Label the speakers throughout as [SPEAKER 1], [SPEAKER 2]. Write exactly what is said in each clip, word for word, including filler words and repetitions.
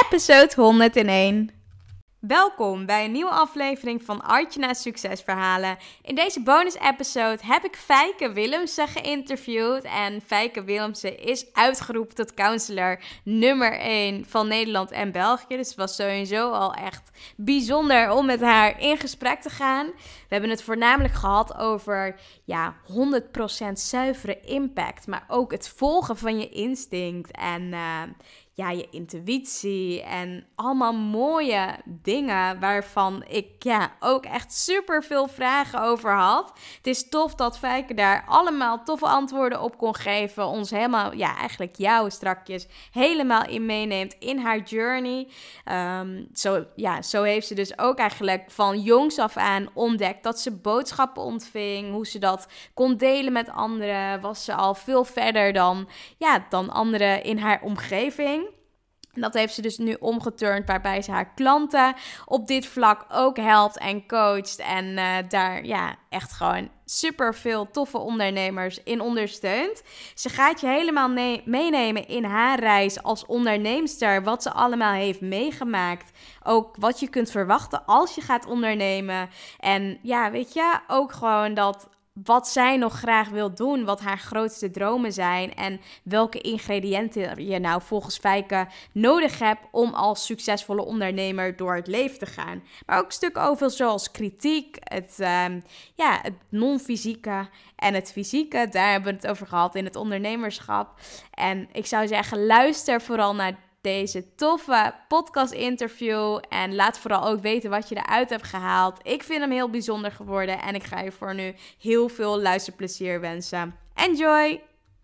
[SPEAKER 1] episode honderdéén. Welkom bij een nieuwe aflevering van Artjana's Succesverhalen. In deze bonus-episode heb ik Fijke Willemsen geïnterviewd. En Fijke Willemsen is uitgeroepen tot counselor nummer één van Nederland en België. Dus het was sowieso al echt bijzonder om met haar in gesprek te gaan. We hebben het voornamelijk gehad over ja, honderd procent zuivere impact. Maar ook het volgen van je instinct en uh, ja, je intuïtie en allemaal mooie dingen waarvan ik ja, ook echt super veel vragen over had. Het is tof dat Fijke daar allemaal toffe antwoorden op kon geven. Ons helemaal, ja, eigenlijk jou strakjes helemaal in meeneemt in haar journey. Um, zo, ja, zo heeft ze dus ook eigenlijk van jongs af aan ontdekt dat ze boodschappen ontving. Hoe ze dat kon delen met anderen. Was ze al veel verder dan, ja, dan anderen in haar omgeving. En dat heeft ze dus nu omgeturnd, waarbij ze haar klanten op dit vlak ook helpt en coacht. En uh, daar ja, echt gewoon super veel toffe ondernemers in ondersteunt. Ze gaat je helemaal ne- meenemen in haar reis als onderneemster. Wat ze allemaal heeft meegemaakt. Ook wat je kunt verwachten als je gaat ondernemen. En ja, weet je, ook gewoon dat wat zij nog graag wil doen, wat haar grootste dromen zijn en welke ingrediënten je nou volgens Fijke nodig hebt om als succesvolle ondernemer door het leven te gaan. Maar ook een stuk over zoals kritiek, het, um, ja, het non-fysieke en het fysieke. Daar hebben we het over gehad in het ondernemerschap. En ik zou zeggen, luister vooral naar deze toffe podcast-interview. En laat vooral ook weten wat je eruit hebt gehaald. Ik vind hem heel bijzonder geworden. En ik ga je voor nu heel veel luisterplezier wensen. Enjoy!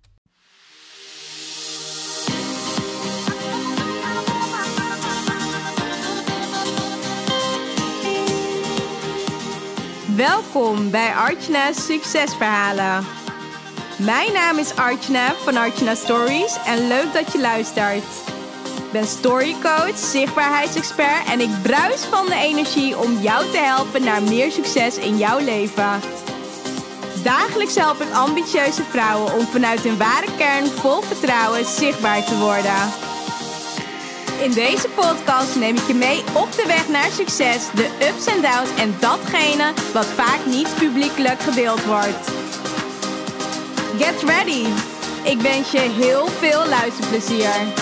[SPEAKER 1] Welkom bij Artjana's Succesverhalen. Mijn naam is Artjana van Artjana Stories. En leuk dat je luistert. Ik ben storycoach, zichtbaarheidsexpert en ik bruis van de energie om jou te helpen naar meer succes in jouw leven. Dagelijks help ik ambitieuze vrouwen om vanuit hun ware kern vol vertrouwen zichtbaar te worden. In deze podcast neem ik je mee op de weg naar succes, de ups en downs en datgene wat vaak niet publiekelijk gedeeld wordt. Get ready! Ik wens je heel veel luisterplezier.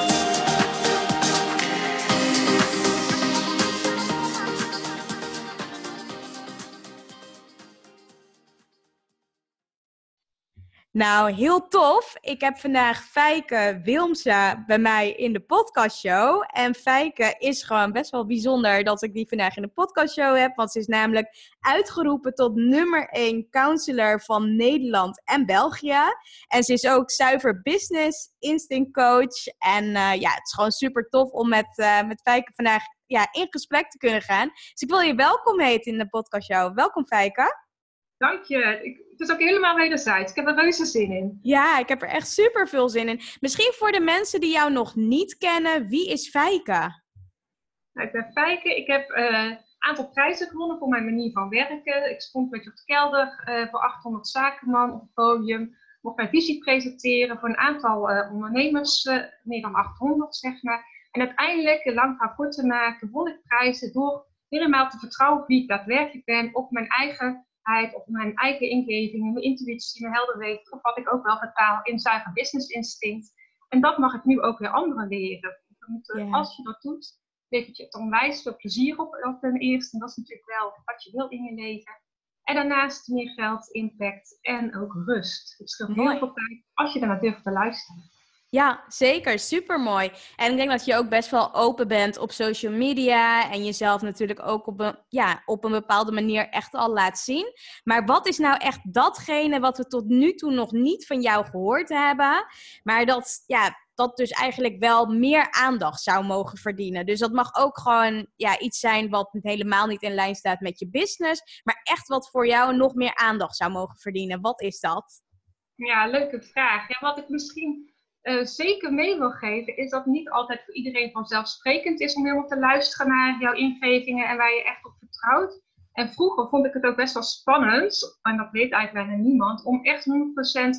[SPEAKER 1] Nou, heel tof. Ik heb vandaag Fijke Willemsen bij mij in de podcastshow. En Fijke is gewoon best wel bijzonder dat ik die vandaag in de podcastshow heb. Want ze is namelijk uitgeroepen tot nummer één counselor van Nederland en België. En ze is ook zuiver business instinct coach. En uh, ja, het is gewoon super tof om met, uh, met Fijke vandaag ja, in gesprek te kunnen gaan. Dus ik wil je welkom heten in de podcastshow. Welkom Fijke.
[SPEAKER 2] Dank je. Ik, het is ook helemaal wederzijds. Ik heb er reuze zin in.
[SPEAKER 1] Ja, ik heb er echt super veel zin in. Misschien voor de mensen die jou nog niet kennen, wie is Fijke?
[SPEAKER 2] Nou, ik ben Fijke. Ik heb een uh, aantal prijzen gewonnen voor mijn manier van werken. Ik stond een beetje op de kelder uh, voor achthonderd zakenman op het podium. Mocht mijn visie presenteren voor een aantal uh, ondernemers, uh, meer dan achthonderd zeg maar. En uiteindelijk, lang verhaal kort te maken, won ik prijzen door helemaal te vertrouwen op wie ik daadwerkelijk ben, op mijn eigen op mijn eigen ingevingen, mijn intuïtie, mijn helder weten, of wat ik ook wel vertaal in zuiver business instinct. En dat mag ik nu ook weer anderen leren. Moeten, yeah. Als je dat doet, levert je het onwijs veel plezier op, op ten eerste. En dat is natuurlijk wel wat je wil in je leven. En daarnaast meer geld, impact en ook rust. Het scheelt heel veel tijd als je daarnaar durft te luisteren.
[SPEAKER 1] Ja, zeker. Supermooi. En ik denk dat je ook best wel open bent op social media en jezelf natuurlijk ook op een, ja, op een bepaalde manier echt al laat zien. Maar wat is nou echt datgene wat we tot nu toe nog niet van jou gehoord hebben, maar dat, ja, dat dus eigenlijk wel meer aandacht zou mogen verdienen. Dus dat mag ook gewoon ja, iets zijn wat helemaal niet in lijn staat met je business, maar echt wat voor jou nog meer aandacht zou mogen verdienen. Wat is dat?
[SPEAKER 2] Ja, leuke vraag. Ja, wat ik misschien Uh, zeker mee wil geven, is dat niet altijd voor iedereen vanzelfsprekend is om helemaal te luisteren naar jouw ingevingen en waar je echt op vertrouwt. En vroeger vond ik het ook best wel spannend, en dat weet eigenlijk bijna niemand, om echt honderd procent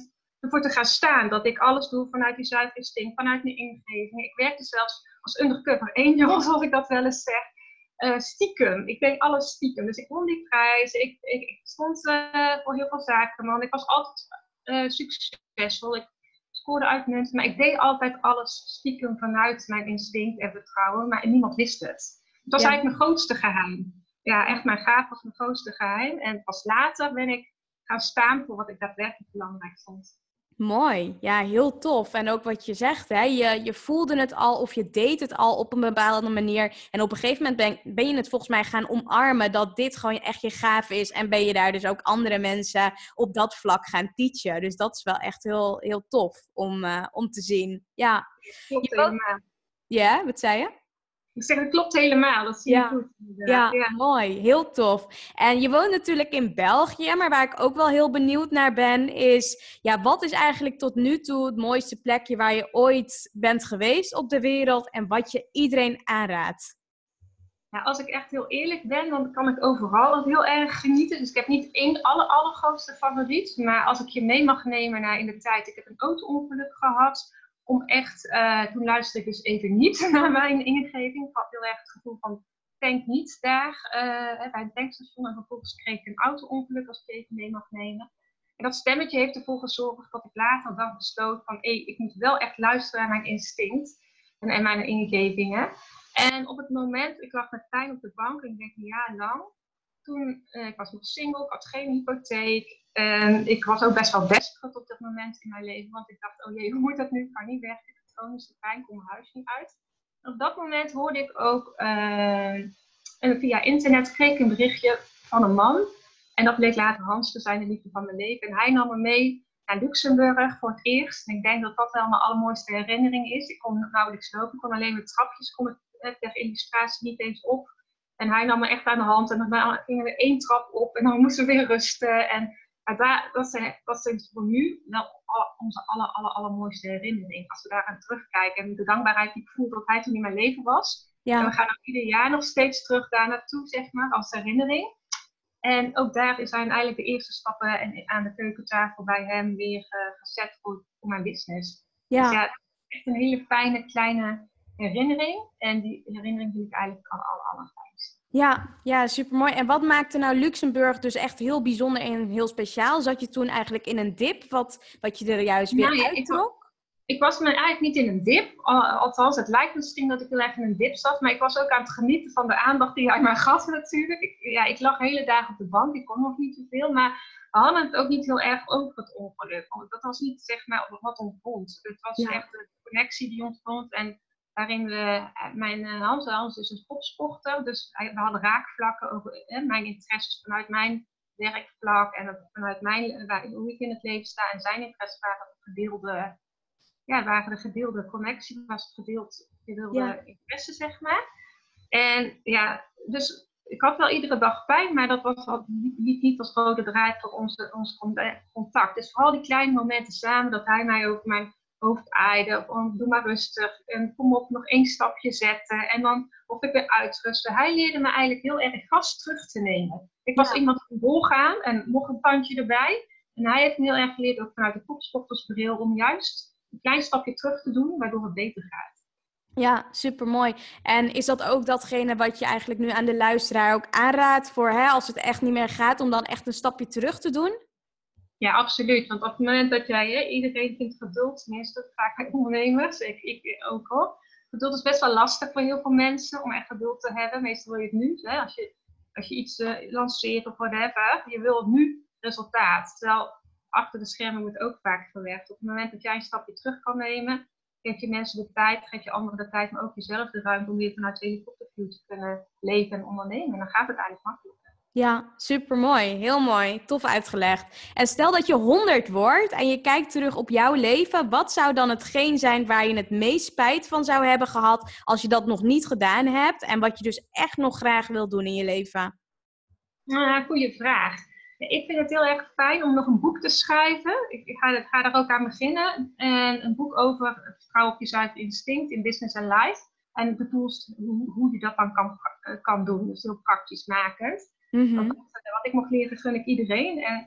[SPEAKER 2] ervoor te gaan staan. Dat ik alles doe vanuit die zuiver instinct, vanuit mijn ingeving. Ik werkte zelfs als undercover angel, zoals ik dat wel eens zeg. Uh, stiekem. Ik deed alles stiekem. Dus ik won die prijs. Ik, ik, ik stond uh, voor heel veel zaken, man. Ik was altijd uh, succesvol. Ik scoorde uitmuntend. Maar ik deed altijd alles stiekem vanuit mijn instinct en vertrouwen. Maar niemand wist het. Het was ja. eigenlijk mijn grootste geheim. Ja, echt mijn gaaf was mijn grootste geheim. En pas later ben ik gaan staan voor wat ik daadwerkelijk belangrijk vond.
[SPEAKER 1] Mooi, ja, heel tof. En ook wat je zegt, hè? Je, je voelde het al of je deed het al op een bepaalde manier. En op een gegeven moment ben, ben je het volgens mij gaan omarmen dat dit gewoon echt je gaaf is. En ben je daar dus ook andere mensen op dat vlak gaan teachen. Dus dat is wel echt heel, heel tof om, uh, om te zien. Ja,
[SPEAKER 2] klopt helemaal.
[SPEAKER 1] Ja, wat zei je?
[SPEAKER 2] Ik zeg, dat klopt helemaal. Dat zie je
[SPEAKER 1] ja.
[SPEAKER 2] goed.
[SPEAKER 1] Ja, ja, mooi. Heel tof. En je woont natuurlijk in België, maar waar ik ook wel heel benieuwd naar ben, is, ja, wat is eigenlijk tot nu toe het mooiste plekje waar je ooit bent geweest op de wereld en wat je iedereen aanraadt?
[SPEAKER 2] Ja, als ik echt heel eerlijk ben, dan kan ik overal heel erg genieten. Dus ik heb niet één aller, allergrootste favoriet, maar als ik je mee mag nemen naar in de tijd, ik heb een auto-ongeluk gehad. Om echt, uh, toen luisterde ik dus even niet naar mijn ingeving. Ik had heel erg het gevoel van, tank niet daar uh, bij het tankstation. En vervolgens kreeg ik een auto-ongeluk, als ik even mee mag nemen. En dat stemmetje heeft ervoor gezorgd dat ik later dan besloot van, hé, ik moet wel echt luisteren naar mijn instinct en, en mijn ingevingen. En op het moment, ik lag met pijn op de bank en ik denk een jaar lang. Toen, uh, ik was nog single, ik had geen hypotheek. En ik was ook best wel desperate op dat moment in mijn leven. Want ik dacht, oh jee, hoe moet dat nu? Ik kan niet weg. Ik heb chronische pijn, ik kom mijn huis niet uit. En op dat moment hoorde ik ook, uh, en via internet kreeg ik een berichtje van een man. En dat bleek later Hans te zijn, de liefde van mijn leven. En hij nam me mee naar Luxemburg voor het eerst. En ik denk dat dat wel mijn allermooiste herinnering is. Ik kon nauwelijks lopen, ik kon alleen met trapjes, kon ik ter illustratie niet eens op. En hij nam me echt aan de hand en dan gingen we één trap op en dan moesten we weer rusten. En ja, daar, dat, zijn, dat zijn voor nu wel onze aller, aller, allermooiste herinnering. Als we daar aan terugkijken en de dankbaarheid die ik voel dat hij toen in mijn leven was. Ja. En we gaan ook ieder jaar nog steeds terug daar naartoe, zeg maar, als herinnering. En ook daar zijn eigenlijk de eerste stappen aan de keukentafel bij hem weer uh, gezet voor, voor mijn business. Ja. Dus ja, echt een hele fijne, kleine herinnering. En die herinnering vind ik eigenlijk al, al, allerfijnst.
[SPEAKER 1] Ja, ja, supermooi. En wat maakte nou Luxemburg dus echt heel bijzonder en heel speciaal? Zat je toen eigenlijk in een dip, wat, wat je er juist weer nou, uittrok?
[SPEAKER 2] Ik, ik was me eigenlijk niet in een dip. Althans, het lijkt misschien dat ik heel erg in een dip zat. Maar ik was ook aan het genieten van de aandacht die hij mij gaf natuurlijk. Ik, ja, ik lag hele dagen op de bank. Ik kon nog niet zoveel. Maar we hadden het ook niet heel erg over het ongeluk. Dat was niet zeg maar wat ontstond. Het was ja. echt de connectie die ontstond. En waarin we, mijn Hans, Hans is een topsporter, dus we hadden raakvlakken over eh, mijn interesses vanuit mijn werkvlak en vanuit mijn, waar, hoe ik in het leven sta. En zijn interesses waren gedeelde, ja, waren de gedeelde connectie, was het gedeeld, gedeelde ja. interesse, zeg maar. En ja, dus ik had wel iedere dag pijn, maar dat was al, liep niet als rode draad voor onze, ons contact. Dus vooral die kleine momenten samen, dat hij mij over mijn hoofd aaide, of doe maar rustig, en kom op, nog één stapje zetten, en dan of ik weer uitrusten. Hij leerde me eigenlijk heel erg vast terug te nemen. Ik was ja. iemand van doorgaan en nog een tandje erbij. En hij heeft me heel erg geleerd, ook vanuit de topsportersbril, om juist een klein stapje terug te doen, waardoor het beter gaat.
[SPEAKER 1] Ja, supermooi. En is dat ook datgene wat je eigenlijk nu aan de luisteraar ook aanraadt voor, hè, als het echt niet meer gaat, om dan echt een stapje terug te doen?
[SPEAKER 2] Ja, absoluut. Want op het moment dat jij, hè, iedereen vindt geduld, tenminste vaak bij ondernemers, ik, ik ook al. Geduld is best wel lastig voor heel veel mensen om echt geduld te hebben. Meestal wil je het nu, hè, als je, als je iets uh, lanceert of whatever, je wil het nu resultaat. Terwijl achter de schermen wordt ook vaak gewerkt. Op het moment dat jij een stapje terug kan nemen, geef je mensen de tijd, geef je anderen de tijd, maar ook jezelf de ruimte om weer vanuit de helikopterview te kunnen leven en ondernemen. En dan gaat het eigenlijk makkelijk.
[SPEAKER 1] Ja, supermooi. Heel mooi. Tof uitgelegd. En stel dat je honderd wordt en je kijkt terug op jouw leven. Wat zou dan hetgeen zijn waar je het meest spijt van zou hebben gehad als je dat nog niet gedaan hebt? En wat je dus echt nog graag wil doen in je leven?
[SPEAKER 2] Ja, goeie vraag. Ik vind het heel erg fijn om nog een boek te schrijven. Ik, ik ga, ga daar ook aan beginnen. En een boek over vertrouwen op je zuiver instinct in business en life. En de tools, hoe, hoe je dat dan kan, kan doen. Dus heel praktisch makend. Mm-hmm. Wat ik mocht leren, gun ik iedereen. En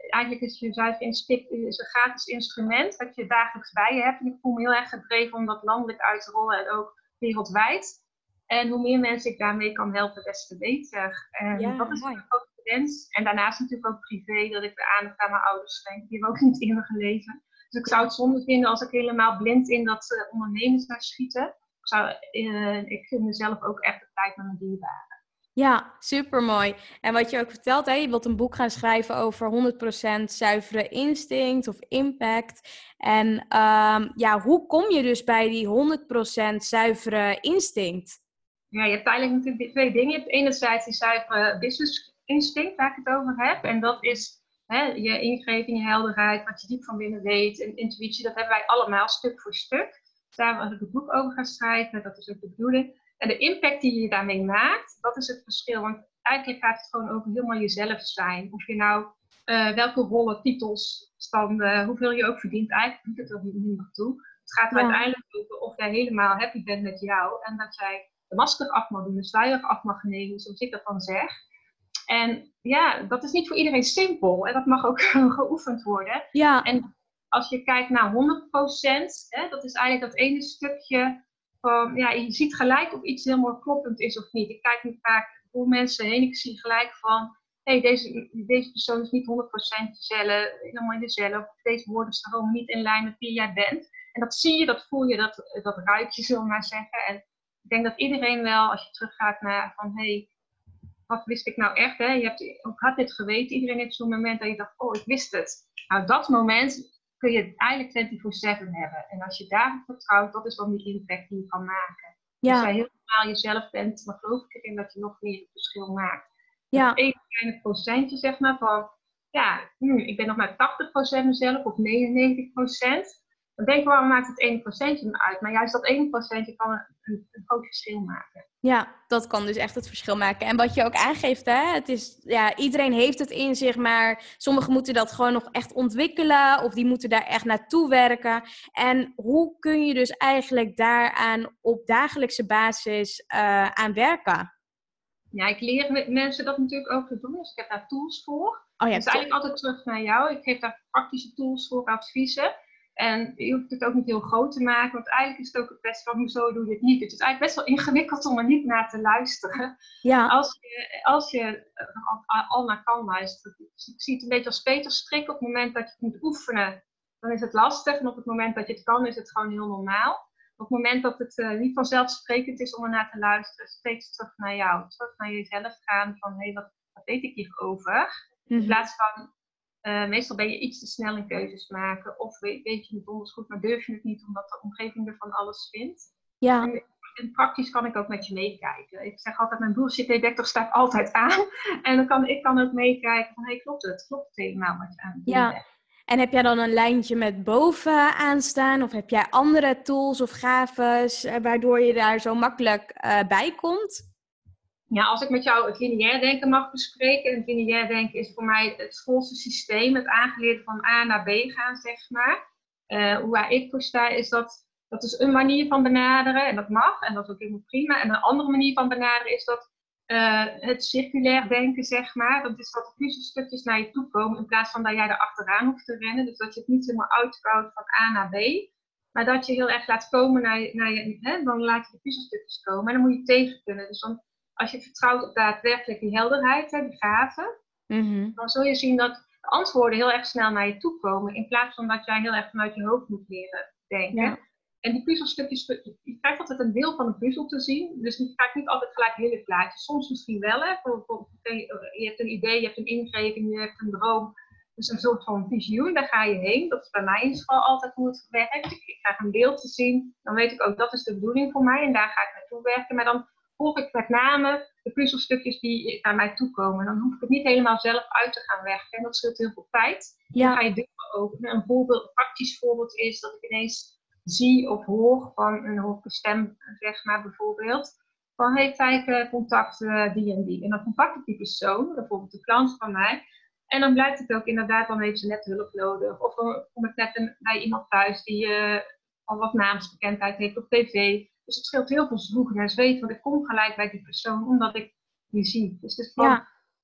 [SPEAKER 2] eigenlijk is je zuiver instinct is een gratis instrument dat je dagelijks bij je hebt. En ik voel me heel erg gedreven om dat landelijk uit te rollen en ook wereldwijd. En hoe meer mensen ik daarmee kan helpen, des te beter. En
[SPEAKER 1] Ja,
[SPEAKER 2] dat is
[SPEAKER 1] mooi.
[SPEAKER 2] mijn grootste wens. En daarnaast natuurlijk ook privé, dat ik de aandacht aan mijn ouders schenk. Die hebben ook niet eeuwig leven. Dus ik zou het zonde vinden als ik helemaal blind in dat uh, ondernemen zou schieten. Ik, zou, uh, ik gun mezelf ook echt de tijd met mijn dierbaren.
[SPEAKER 1] Ja, supermooi. En wat je ook vertelt, hè, je wilt een boek gaan schrijven over honderd procent zuivere instinct of impact. En um, ja, hoe kom je dus bij die honderd procent zuivere instinct?
[SPEAKER 2] Ja, je hebt eigenlijk natuurlijk twee dingen. Je hebt enerzijds die zuivere business instinct, waar ik het over heb. En dat is hè, je ingeving, je helderheid, wat je diep van binnen weet. En intuïtie, dat hebben wij allemaal stuk voor stuk. Daar wil ik het boek over gaan schrijven, dat is ook de bedoeling. En de impact die je daarmee maakt, dat is het verschil. Want eigenlijk gaat het gewoon over helemaal jezelf zijn. Of je nou uh, welke rollen, titels, standen, hoeveel je ook verdient, eigenlijk doet het er niet meer toe. Het gaat er
[SPEAKER 1] Ja.
[SPEAKER 2] uiteindelijk over of jij helemaal happy bent met jou en dat jij de masker af mag doen, de sluier af mag nemen, zoals ik dat dan zeg. En ja, dat is niet voor iedereen simpel en dat mag ook geoefend worden.
[SPEAKER 1] Ja.
[SPEAKER 2] En als je kijkt naar honderd procent, hè, dat is eigenlijk dat ene stukje van, ja, je ziet gelijk of iets helemaal kloppend is of niet. Ik kijk nu vaak voor mensen heen, ik zie gelijk van, hé, hey, deze, deze persoon is niet honderd procent jezelf, helemaal in dezelfde, of deze woorden staan gewoon niet in lijn met wie jij bent. En dat zie je, dat voel je, dat, dat ruik je, zullen we maar zeggen. En ik denk dat iedereen wel, als je teruggaat naar van, hé, hey, wat wist ik nou echt? Hè? Je hebt ook had dit geweten. Iedereen heeft zo'n moment dat je dacht, oh, ik wist het. Nou, dat moment kun je eigenlijk vierentwintig zeven hebben. En als je daarop vertrouwt, dat is dan die impact die je kan maken.
[SPEAKER 1] Ja.
[SPEAKER 2] Als jij helemaal jezelf bent, dan geloof ik erin dat je nog meer het verschil maakt.
[SPEAKER 1] Ja.
[SPEAKER 2] Dat één kleine procentje, zeg maar, van, ja, hm, ik ben nog maar tachtig procent mezelf of negenennegentig procent. Dan denk ik, waarom maakt het één procentje me uit? Maar juist dat één procentje kan een, een, een groot verschil maken.
[SPEAKER 1] Ja, dat kan dus echt het verschil maken. En wat je ook aangeeft, hè, het is, ja, iedereen heeft het in zich, maar sommigen moeten dat gewoon nog echt ontwikkelen of die moeten daar echt naartoe werken. En hoe kun je dus eigenlijk daaraan op dagelijkse basis uh, aan werken?
[SPEAKER 2] Ja, ik leer met mensen dat natuurlijk ook te doen, dus ik heb daar tools voor.
[SPEAKER 1] Oh ja,
[SPEAKER 2] dus eigenlijk altijd terug naar jou. Ik geef daar praktische tools voor, adviezen. En je hoeft het ook niet heel groot te maken, want eigenlijk is het ook het beste van, hoezo doe je het niet? Het is eigenlijk best wel ingewikkeld om er niet naar te luisteren.
[SPEAKER 1] Ja.
[SPEAKER 2] Als je, als je al, al naar kan luisteren. Dus ik zie het een beetje als peterstrik. Op het moment dat je het moet oefenen, dan is het lastig. En op het moment dat je het kan, is het gewoon heel normaal. Op het moment dat het uh, niet vanzelfsprekend is om er naar te luisteren, steeds terug naar jou. Terug naar jezelf gaan van, hé, hey, wat, wat weet ik hierover? Mm-hmm. In plaats van, uh, meestal ben je iets te snel in keuzes maken. Of weet, weet je het donders goed, maar durf je het niet omdat de omgeving er van alles vindt.
[SPEAKER 1] Ja.
[SPEAKER 2] En, en praktisch kan ik ook met je meekijken. Ik zeg altijd, mijn bullshit detector staat altijd aan. En dan kan ik kan ook meekijken van, hé, hey, klopt het? Klopt het helemaal wat je aan het doen
[SPEAKER 1] ja.
[SPEAKER 2] bent?
[SPEAKER 1] En heb jij dan een lijntje met boven aanstaan? Of heb jij andere tools of gaves uh, waardoor je daar zo makkelijk uh, bij komt?
[SPEAKER 2] Ja, als ik met jou het lineair denken mag bespreken. En het lineair denken is voor mij het schoolse systeem. Het aangeleerde van A naar B gaan, zeg maar. Uh, hoe waar ik voor sta is dat, dat is een manier van benaderen. En dat mag. En dat is ook helemaal prima. En een andere manier van benaderen is dat uh, het circulair denken, zeg maar. Dat is dat de puzzelstukjes naar je toe komen. In plaats van dat jij er achteraan hoeft te rennen. Dus dat je het niet helemaal uitkoudt van A naar B. Maar dat je heel erg laat komen naar je, naar je hè, dan laat je de puzzelstukjes komen. En dan moet je tegen kunnen. Dus dan, als je vertrouwt op daadwerkelijk die helderheid, hè, die gaven, mm-hmm. dan zul je zien dat de antwoorden heel erg snel naar je toe komen. In plaats van dat jij heel erg vanuit je hoofd moet leren denken. Ja. En die puzzelstukjes, je krijgt altijd een deel van de puzzel te zien. Dus je krijgt niet altijd gelijk hele plaatjes. Soms misschien wel. Hè. Je hebt een idee, je hebt een ingeving, je hebt een droom. Dus een soort van visioen, daar ga je heen. Dat is bij mij in ieder geval altijd hoe het werkt. Ik krijg een beeld te zien. Dan weet ik ook, dat is de bedoeling voor mij. En daar ga ik naartoe werken. Maar dan volg ik met name de puzzelstukjes die naar mij toe komen. Dan hoef ik het niet helemaal zelf uit te gaan werken. En dat scheelt heel veel tijd. Ja. Dan ga je deuren openen. Een, voorbeeld, een praktisch voorbeeld is dat ik ineens zie of hoor van een hoge stem, zeg maar bijvoorbeeld. Van, hey, Fijke, contact uh, die en die. En dan contact ik die persoon, bijvoorbeeld de klant van mij. En dan blijkt het ook inderdaad, dan heeft ze net hulp nodig. Of dan kom ik net een, bij iemand thuis die uh, al wat naamsbekendheid heeft op tv. Dus het scheelt heel veel zwoegen en zweet, want ik kom gelijk bij die persoon, omdat ik die zie. Dus het is van,
[SPEAKER 1] ja.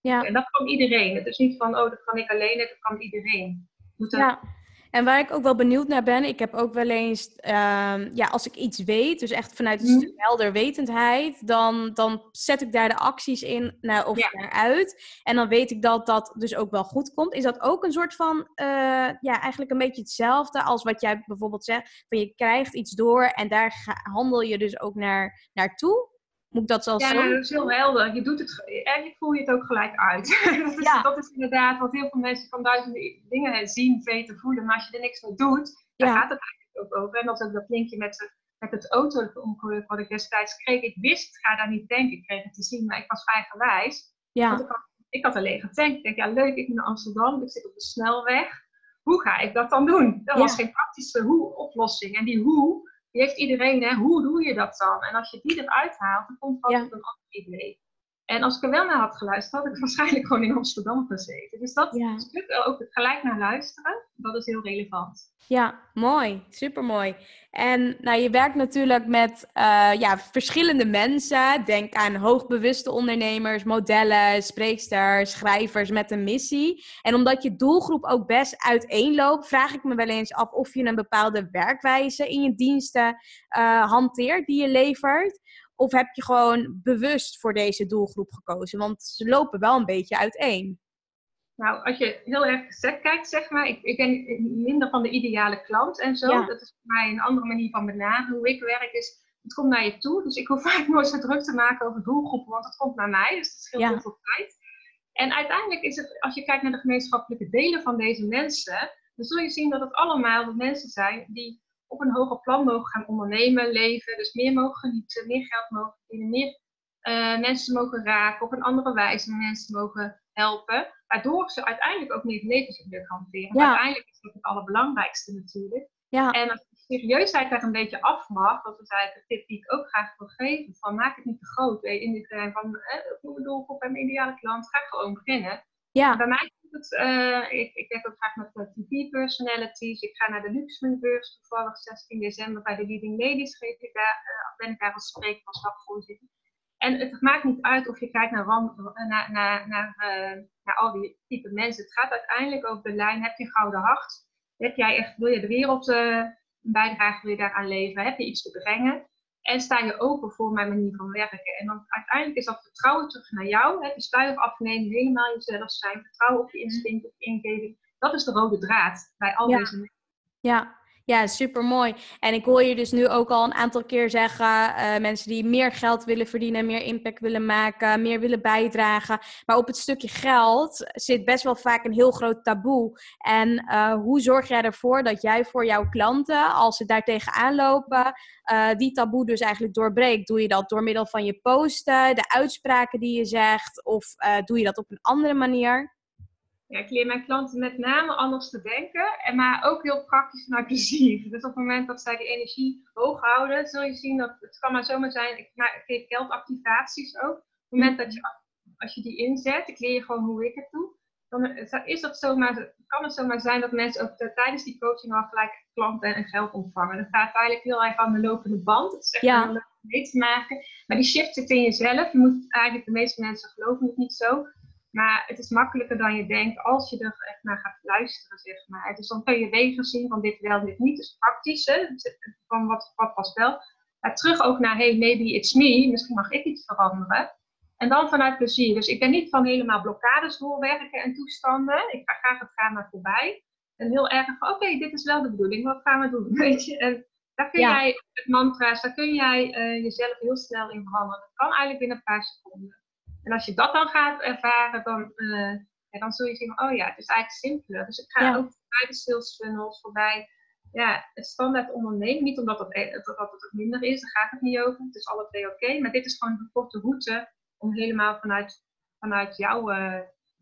[SPEAKER 1] Ja.
[SPEAKER 2] En dat kan iedereen. Het is niet van, oh, dat kan ik alleen, dat kan iedereen. Moet dat...
[SPEAKER 1] Ja. En waar ik ook wel benieuwd naar ben, ik heb ook wel eens, um, ja, als ik iets weet, dus echt vanuit een stuk helderwetendheid, dan, dan zet ik daar de acties in naar, of
[SPEAKER 2] Ja.
[SPEAKER 1] naar uit. En dan weet ik dat dat dus ook wel goed komt. Is dat ook een soort van, uh, ja, eigenlijk een beetje hetzelfde als wat jij bijvoorbeeld zegt, van je krijgt iets door en daar ga, handel je dus ook naar, naartoe? Moet ik dat zo
[SPEAKER 2] Ja,
[SPEAKER 1] zo?
[SPEAKER 2] dat is heel helder. Je doet het, eigenlijk voel je het ook gelijk uit. dat, is,
[SPEAKER 1] Ja.
[SPEAKER 2] dat is inderdaad wat heel veel mensen van duizenden dingen zien, weten, voelen. Maar als je er niks mee doet, daar
[SPEAKER 1] Ja.
[SPEAKER 2] gaat het eigenlijk ook over. En dat is ook dat linkje met, de, met het auto-ongeluk wat ik destijds kreeg. Ik wist, ik ga daar niet denken. Ik kreeg het te zien, maar ik was eigenwijs.
[SPEAKER 1] Ja.
[SPEAKER 2] Want ik had, ik had alleen getankt. Ik denk, ja leuk, ik ben naar Amsterdam. Ik zit op de snelweg. Hoe ga ik dat dan doen? Dat
[SPEAKER 1] Ja.
[SPEAKER 2] was geen praktische hoe-oplossing. En die hoe... Die heeft iedereen, hè? Hoe doe je dat dan? En als je die eruit haalt, dan komt vast
[SPEAKER 1] Ja.
[SPEAKER 2] op een ander idee. En als ik er wel naar had geluisterd, had ik waarschijnlijk gewoon in Amsterdam gezeten. Dus dat
[SPEAKER 1] Ja.
[SPEAKER 2] stuk, ook het gelijk naar luisteren, dat is heel relevant.
[SPEAKER 1] Ja, mooi. Supermooi. En nou, je werkt natuurlijk met uh, ja, verschillende mensen. Denk aan hoogbewuste ondernemers, modellen, spreeksters, schrijvers met een missie. En omdat je doelgroep ook best uiteenloopt, vraag ik me wel eens af of je een bepaalde werkwijze in je diensten uh, hanteert die je levert. Of heb je gewoon bewust voor deze doelgroep gekozen? Want ze lopen wel een beetje uiteen.
[SPEAKER 2] Nou, als je heel erg gezet kijkt, zeg maar, ik, ik ben minder van de ideale klant en zo.
[SPEAKER 1] Ja.
[SPEAKER 2] Dat is voor mij een andere manier van benaderen. Hoe ik werk is, het komt naar je toe. Dus ik hoef vaak nooit zo druk te maken over doelgroepen, want het komt naar mij. Dus dat scheelt
[SPEAKER 1] Ja.
[SPEAKER 2] heel veel tijd. En uiteindelijk is het, als je kijkt naar de gemeenschappelijke delen van deze mensen, dan zul je zien dat het allemaal de mensen zijn die op een hoger plan mogen gaan ondernemen, leven. Dus meer mogen genieten, meer geld mogen verdienen, meer uh, mensen mogen raken, op een andere wijze mensen mogen helpen. Waardoor ze uiteindelijk ook meer levensgeluk hanteren.
[SPEAKER 1] Ja.
[SPEAKER 2] Uiteindelijk is dat het allerbelangrijkste natuurlijk.
[SPEAKER 1] Ja.
[SPEAKER 2] En als de serieusheid daar een beetje af mag, dat is eigenlijk een tip die ik ook graag wil geven, van maak het niet te groot. In de terrein van, eh, mijn doelgroep en mijn ideale klant, ga gewoon beginnen.
[SPEAKER 1] Ja.
[SPEAKER 2] Bij mij is het, uh, ik, ik werk ook graag met uh, T V-personalities. Ik ga naar de Luxemburg toevallig zestien december bij de Leading Ladies, geef ik daar, uh, ben ik daar als spreker als dagvoorzitter. En het maakt niet uit of je kijkt naar, naar, naar, naar, uh, naar al die type mensen. Het gaat uiteindelijk over de lijn, heb je een gouden hart? Heb jij echt, wil je de wereld uh, een bijdrage wil je daaraan leveren? Heb je iets te brengen? En sta je open voor mijn manier van werken? En dan uiteindelijk is dat vertrouwen terug naar jou. Hè? Die sluier afnemen, helemaal jezelf zijn. Vertrouwen op je instinct, op je ingeving. Dat is de rode draad bij al
[SPEAKER 1] Ja.
[SPEAKER 2] deze mensen.
[SPEAKER 1] Ja. Ja, supermooi. En ik hoor je dus nu ook al een aantal keer zeggen, uh, mensen die meer geld willen verdienen, meer impact willen maken, meer willen bijdragen. Maar op het stukje geld zit best wel vaak een heel groot taboe. En uh, hoe zorg jij ervoor dat jij voor jouw klanten, als ze daar tegenaan lopen, uh, die taboe dus eigenlijk doorbreekt? Doe je dat door middel van je posten, de uitspraken die je zegt, of uh, doe je dat op een andere manier?
[SPEAKER 2] Ja, ik leer mijn klanten met name anders te denken, en maar ook heel praktisch vanuit plezier. Dus op het moment dat zij die energie hoog houden, zul je zien dat het kan maar zomaar zijn. Ik, ik geef geldactivaties ook. Op het moment dat je, als je die inzet, ik leer je gewoon hoe ik het doe, dan is dat zomaar, kan het zomaar zijn dat mensen ook tijdens die coaching al gelijk klanten en geld ontvangen. Dat gaat eigenlijk heel erg aan de lopende band. Het is echt
[SPEAKER 1] Ja.
[SPEAKER 2] heel leuk om mee te maken. Maar die shift zit in jezelf. Je moet eigenlijk, de meeste mensen geloven het niet zo. Maar het is makkelijker dan je denkt als je er echt naar gaat luisteren, zeg maar. Dus dan kun je wegen zien van dit wel, dit niet. Dus praktisch, hè. Van wat, wat past wel. Maar terug ook naar, hey, maybe it's me. Misschien mag ik iets veranderen. En dan vanuit plezier. Dus ik ben niet van helemaal blokkades doorwerken en toestanden. Ik ga graag het gaan maar voorbij. En heel erg van, oké, okay, dit is wel de bedoeling. Wat gaan we doen? Weet je? En daar kun
[SPEAKER 1] Ja.
[SPEAKER 2] jij, het mantra's, daar kun jij uh, jezelf heel snel in veranderen. Dat kan eigenlijk binnen een paar seconden. En als je dat dan gaat ervaren, dan, uh, ja, dan zul je zien, oh ja, het is eigenlijk simpeler. Dus ik ga
[SPEAKER 1] Ja.
[SPEAKER 2] ook voorbij de sales funnels, voorbij ja, het standaard ondernemen. Niet omdat het, dat het ook minder is, daar gaat het niet over. Het is alle twee oké. Okay, maar dit is gewoon een korte route om helemaal vanuit, vanuit jouw uh,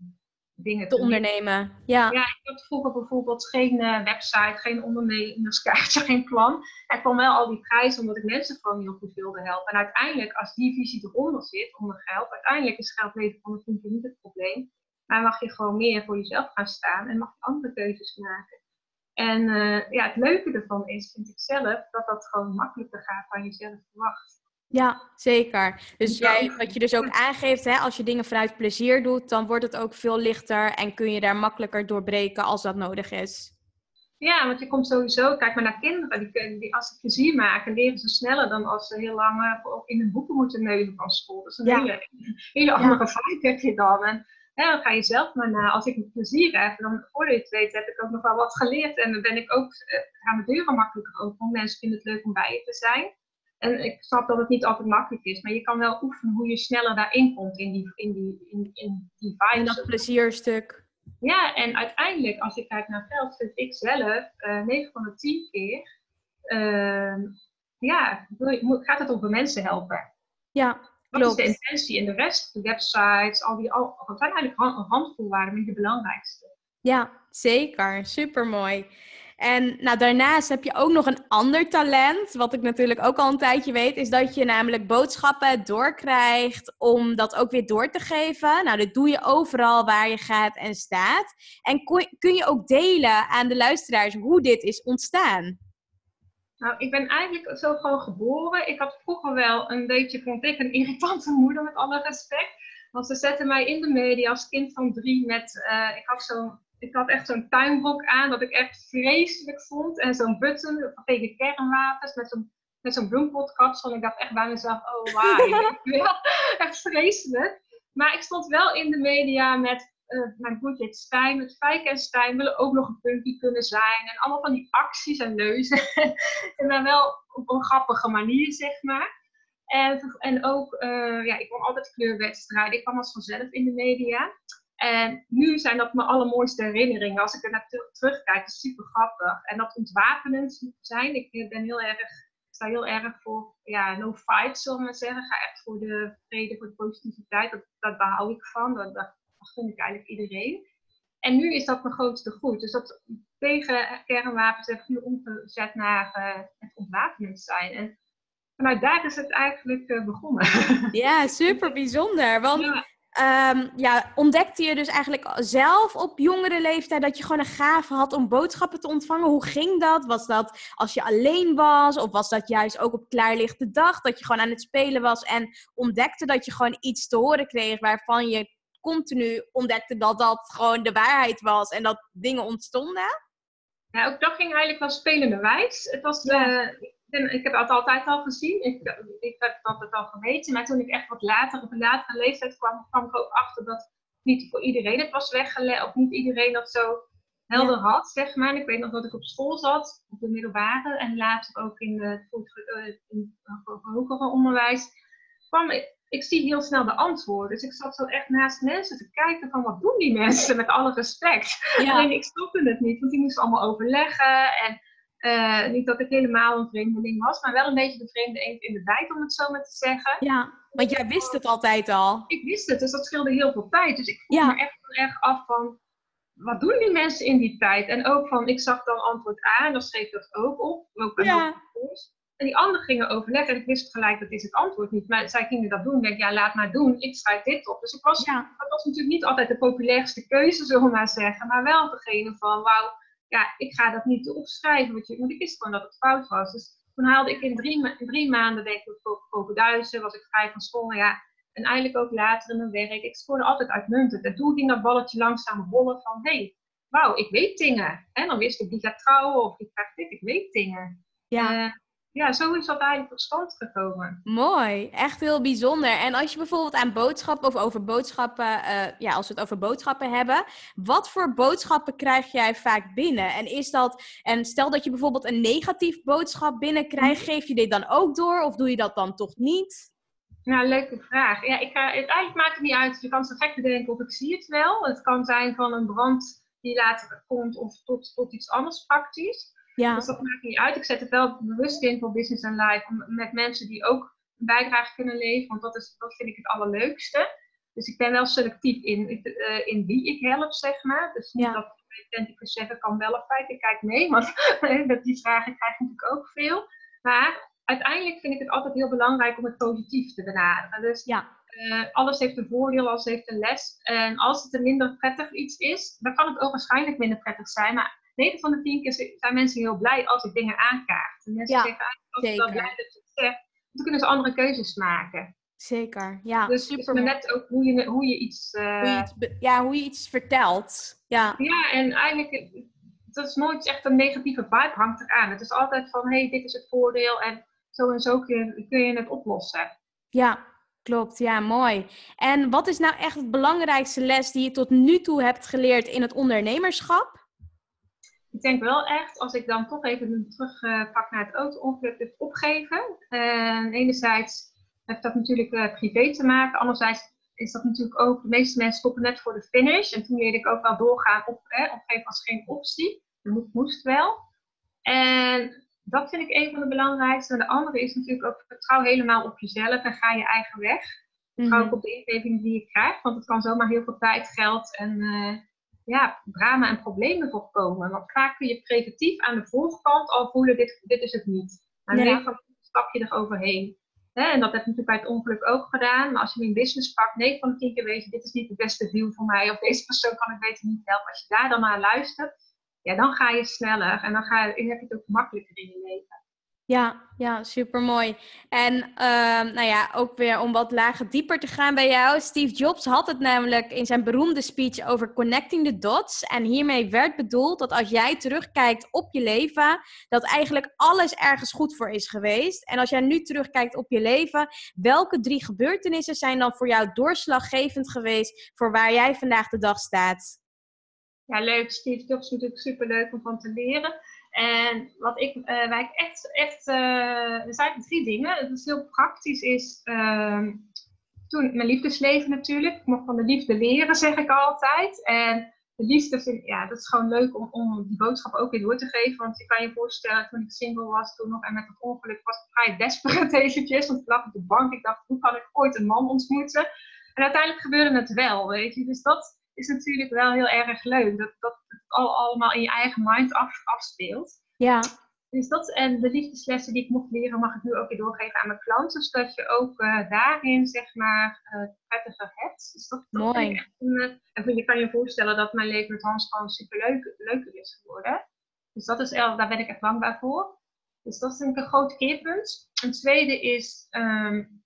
[SPEAKER 2] dingen
[SPEAKER 1] te
[SPEAKER 2] te
[SPEAKER 1] ondernemen. Ja.
[SPEAKER 2] Ja, ik had vroeger bijvoorbeeld geen uh, website, geen ondernemerskaartje, geen plan. Ik kwam wel al die prijzen omdat ik mensen gewoon heel goed wilde helpen. En uiteindelijk, als die visie eronder zit, onder geld, uiteindelijk is geld leven van de vrienden niet het probleem. Maar mag je gewoon meer voor jezelf gaan staan en mag je andere keuzes maken. En uh, ja, het leuke ervan is, vind ik zelf, dat dat gewoon makkelijker gaat dan je zelf verwacht.
[SPEAKER 1] Ja, zeker. Dus
[SPEAKER 2] Ja,
[SPEAKER 1] jij, wat je dus ook aangeeft, hè, als je dingen vanuit plezier doet, dan wordt het ook veel lichter en kun je daar makkelijker doorbreken als dat nodig is.
[SPEAKER 2] Ja, want je komt sowieso, kijk maar naar kinderen, die, kunnen- die, als ze plezier maken, leren ze sneller dan als ze heel lang eh, voor- in hun boeken moeten neuzen van school. Dat is een
[SPEAKER 1] Ja,
[SPEAKER 2] hele, hele
[SPEAKER 1] ja,
[SPEAKER 2] andere vibe heb je dan. En hè, dan ga je zelf maar na. Als ik plezier heb, dan voordat je het weet, heb ik ook nog wel wat geleerd. En dan ben ik ook, eh, gaan de deuren makkelijker open, want mensen vinden het leuk om bij je te zijn. En ik snap dat het niet altijd makkelijk is, maar je kan wel oefenen hoe je sneller daarin komt in die, in die, in, in die
[SPEAKER 1] in
[SPEAKER 2] vibes.
[SPEAKER 1] dat plezierstuk.
[SPEAKER 2] Ja, en uiteindelijk, als ik kijk naar geld, vind ik zelf uh, negen van de tien keer, uh, ja, gaat het over mensen helpen.
[SPEAKER 1] Ja,
[SPEAKER 2] Dat is de
[SPEAKER 1] klopt.
[SPEAKER 2] intentie. En de rest, de websites, al die, al, dat zijn eigenlijk een handvol waarden, maar de belangrijkste.
[SPEAKER 1] Ja, zeker. Supermooi. En nou, daarnaast heb je ook nog een ander talent, wat ik natuurlijk ook al een tijdje weet, is dat je namelijk boodschappen doorkrijgt om dat ook weer door te geven. Nou, dit doe je overal waar je gaat en staat. En kun, kun je ook delen aan de luisteraars hoe dit is ontstaan?
[SPEAKER 2] Nou, ik ben eigenlijk zo gewoon geboren. Ik had vroeger wel een beetje, vond ik, een irritante moeder, met alle respect. Want ze zette mij in de media als kind van drie met, uh, ik had zo'n Ik had echt zo'n tuinbroek aan, dat ik echt vreselijk vond. En zo'n button tegen kernwaters met zo'n met zo'n bloempotkapsel. En ik dacht echt bij mezelf, oh wauw, echt vreselijk. Maar ik stond wel in de media met, uh, mijn broertje heet Stijn, met Fijke en Stijn willen ook nog een puntje kunnen zijn. En allemaal van die acties en leuzen. En dan wel op een grappige manier, zeg maar. En, en ook, uh, ja, ik won altijd kleurwedstrijden. Ik kwam als vanzelf in de media. En nu zijn dat mijn allermooiste herinneringen. Als ik er naar terugkijk, is het super grappig. En dat ontwapenend zijn. Ik ben heel erg, ik sta heel erg voor, ja, no fight, zullen we maar zeggen. Ik ga echt voor de vrede, voor de positiviteit. Dat, dat behoud ik van. Dat, dat, dat gun ik eigenlijk iedereen. En nu is dat mijn grootste goed. Dus dat tegen kernwapens heb ik nu omgezet naar uh, het ontwapenend zijn. En vanuit daar is het eigenlijk uh, begonnen.
[SPEAKER 1] Ja, super bijzonder. Want
[SPEAKER 2] ja.
[SPEAKER 1] Um, ja, ontdekte je dus eigenlijk zelf op jongere leeftijd dat je gewoon een gave had om boodschappen te ontvangen? Hoe ging dat? Was dat als je alleen was? Of was dat juist ook op klaarlichte dag? Dat je gewoon aan het spelen was en ontdekte dat je gewoon iets te horen kreeg waarvan je continu ontdekte dat dat gewoon de waarheid was en dat dingen ontstonden?
[SPEAKER 2] Ja, ook dat ging eigenlijk wel spelenderwijs. Het was,
[SPEAKER 1] Ja.
[SPEAKER 2] uh, ik, ik heb het altijd al gezien. Ik, ik heb het altijd al geweten. Maar toen ik echt wat later, op een latere leeftijd kwam, kwam ik ook achter dat niet voor iedereen het was weggelegd. Of niet iedereen dat zo helder ja. had, zeg maar. En ik weet nog dat ik op school zat, op de middelbare. En later ook in het hogere onderwijs. Kwam ik, ik zie heel snel de antwoorden. Dus ik zat zo echt naast mensen te kijken van wat doen die mensen, met alle respect. Ja. Alleen ik snapte het niet, want die moesten allemaal overleggen. En uh, niet dat ik helemaal een vreemdeling was, maar wel een beetje de vreemde eend in de bijt, om het zo maar te zeggen.
[SPEAKER 1] Ja, want jij wist het altijd al.
[SPEAKER 2] Ik wist het, dus dat scheelde heel veel tijd. Dus ik vroeg
[SPEAKER 1] ja.
[SPEAKER 2] me echt heel erg af van, wat doen die mensen in die tijd? En ook van, ik zag dan antwoord A en dan schreef ik dat ook op. Ook bij
[SPEAKER 1] ja.
[SPEAKER 2] En die anderen gingen overleggen en ik wist gelijk, dat is het antwoord niet. Maar zij gingen dat doen. Ik denk, ja, laat maar doen. Ik schrijf dit op. Dus ik was,
[SPEAKER 1] ja.
[SPEAKER 2] het was natuurlijk niet altijd de populairste keuze, zullen we maar zeggen. Maar wel degene van, wauw, ja, ik ga dat niet opschrijven. Want, je, want ik wist gewoon dat het fout was. Dus toen haalde ik in drie, ma- in drie maanden, denk ik, boven duizend. Was ik vrij van school. Ja. En eigenlijk ook later in mijn werk. Ik scoorde altijd uitmuntend. En toen ging dat balletje langzaam rollen van, hé, hey, wauw, ik weet dingen. En dan wist ik, die gaat trouwen of die krijgt dit. Ik weet dingen.
[SPEAKER 1] Ja.
[SPEAKER 2] Uh, Ja, zo is dat eigenlijk tot stand gekomen.
[SPEAKER 1] Mooi, echt heel bijzonder. En als je bijvoorbeeld aan boodschappen of over boodschappen, uh, ja, als we het over boodschappen hebben, wat voor boodschappen krijg jij vaak binnen? En is dat, en stel dat je bijvoorbeeld een negatief boodschap binnenkrijgt, geef je dit dan ook door of doe je dat dan toch niet?
[SPEAKER 2] Nou, leuke vraag. Ja, ik ga, het, eigenlijk maakt het niet uit. Je kan zo gek bedenken of ik zie het wel. Het kan zijn van een brand die later komt of tot, tot iets anders praktisch. Ja. Dus dat maakt niet uit. Ik zet het wel bewust in voor Business and Life. Met mensen die ook een bijdrage kunnen leveren. Want dat, is, dat vind ik het allerleukste. Dus ik ben wel selectief in, uh, in wie ik help, zeg maar. Dus niet ja. dat ik vierentwintig zeven kan wel of feit. Ik kijk nee, want die vragen krijg ik natuurlijk ook veel. Maar uiteindelijk vind ik het altijd heel belangrijk om het positief te benaderen. Dus ja. uh, alles heeft een voordeel, alles heeft een les. En als het een minder prettig iets is, dan kan het ook waarschijnlijk minder prettig zijn. Maar negen van de tien keer zijn mensen heel blij als ik dingen aankaart. En mensen
[SPEAKER 1] ja,
[SPEAKER 2] zeggen eigenlijk, ik ben wel blij dat je het zegt. toen kunnen ze andere keuzes maken.
[SPEAKER 1] Zeker, ja,
[SPEAKER 2] Dus het is
[SPEAKER 1] super.
[SPEAKER 2] maar net ook hoe je, hoe je iets... Uh...
[SPEAKER 1] Hoe je iets be- ja, hoe je iets vertelt. Ja,
[SPEAKER 2] ja, en eigenlijk, dat is nooit echt een negatieve vibe hangt eraan. Het is altijd van, hé, hey, dit is het voordeel en zo en zo kun je, kun je het oplossen.
[SPEAKER 1] Ja, klopt. Ja, mooi. En wat is nou echt het belangrijkste les die je tot nu toe hebt geleerd in het ondernemerschap?
[SPEAKER 2] Ik denk wel echt, als ik dan toch even terug uh, pak naar het auto-ongeluk, het opgeven. Uh, enerzijds heeft dat natuurlijk uh, privé te maken. Anderzijds is dat natuurlijk ook, de meeste mensen stoppen net voor de finish. En toen leerde ik ook wel doorgaan op, eh, opgeven was geen optie. Je moest, moest wel. En dat vind ik een van de belangrijkste. En de andere is natuurlijk ook vertrouw helemaal op jezelf en ga je eigen weg. Vertrouw
[SPEAKER 1] Mm-hmm.
[SPEAKER 2] ook op de ingeving die je krijgt. Want het kan zomaar heel veel tijd, geld en uh, ja, drama en problemen voorkomen. Want vaak kun je preventief aan de voorkant al voelen, dit, dit is het niet. Maar
[SPEAKER 1] Ja.
[SPEAKER 2] negen stap je er overheen. Hè? En dat heb ik natuurlijk bij het ongeluk ook gedaan. Maar als je in business pakt, negen van de tien keer weet je, dit is niet de beste deal voor mij. Of deze persoon kan ik beter niet helpen. Als je daar dan naar luistert, ja, dan ga je sneller. En dan, ga je, dan heb je het ook makkelijker in je leven.
[SPEAKER 1] Ja, ja, supermooi. En uh, nou ja, ook weer om wat lager dieper te gaan bij jou. Steve Jobs had het namelijk in zijn beroemde speech over connecting the dots. En hiermee werd bedoeld dat als jij terugkijkt op je leven, dat eigenlijk alles ergens goed voor is geweest. En als jij nu terugkijkt op je leven, welke drie gebeurtenissen zijn dan voor jou doorslaggevend geweest voor waar jij vandaag de dag staat?
[SPEAKER 2] Ja, leuk. Steve Jobs is natuurlijk superleuk om van te leren. En wat ik, uh, waar ik echt, echt uh, er zijn drie dingen. Het is heel praktisch is, uh, toen mijn liefdesleven natuurlijk. Ik mocht van de liefde leren, zeg ik altijd. En de liefde, vind, ja, dat is gewoon leuk om, om die boodschap ook weer door te geven. Want je kan je voorstellen, toen ik single was, toen nog en met het ongeluk was ik vrij desperate eventjes. Want ik lag op de bank, ik dacht, hoe kan ik ooit een man ontmoeten? En uiteindelijk gebeurde het wel, weet je. Dus dat is natuurlijk wel heel erg leuk. Dat, dat het al, allemaal in je eigen mind af, afspeelt.
[SPEAKER 1] Ja.
[SPEAKER 2] Dus dat en de liefdeslessen die ik mocht leren, mag ik nu ook weer doorgeven aan mijn klanten. Zodat je ook uh, daarin, zeg maar, uh, prettiger hebt. Dus dat, dat
[SPEAKER 1] Mooi.
[SPEAKER 2] vind ik echt een, en je kan je voorstellen dat mijn leven met Hans gewoon super leuk, leuker is geworden. Dus dat is, daar ben ik echt dankbaar voor. Dus dat is een groot keerpunt. Een tweede is um,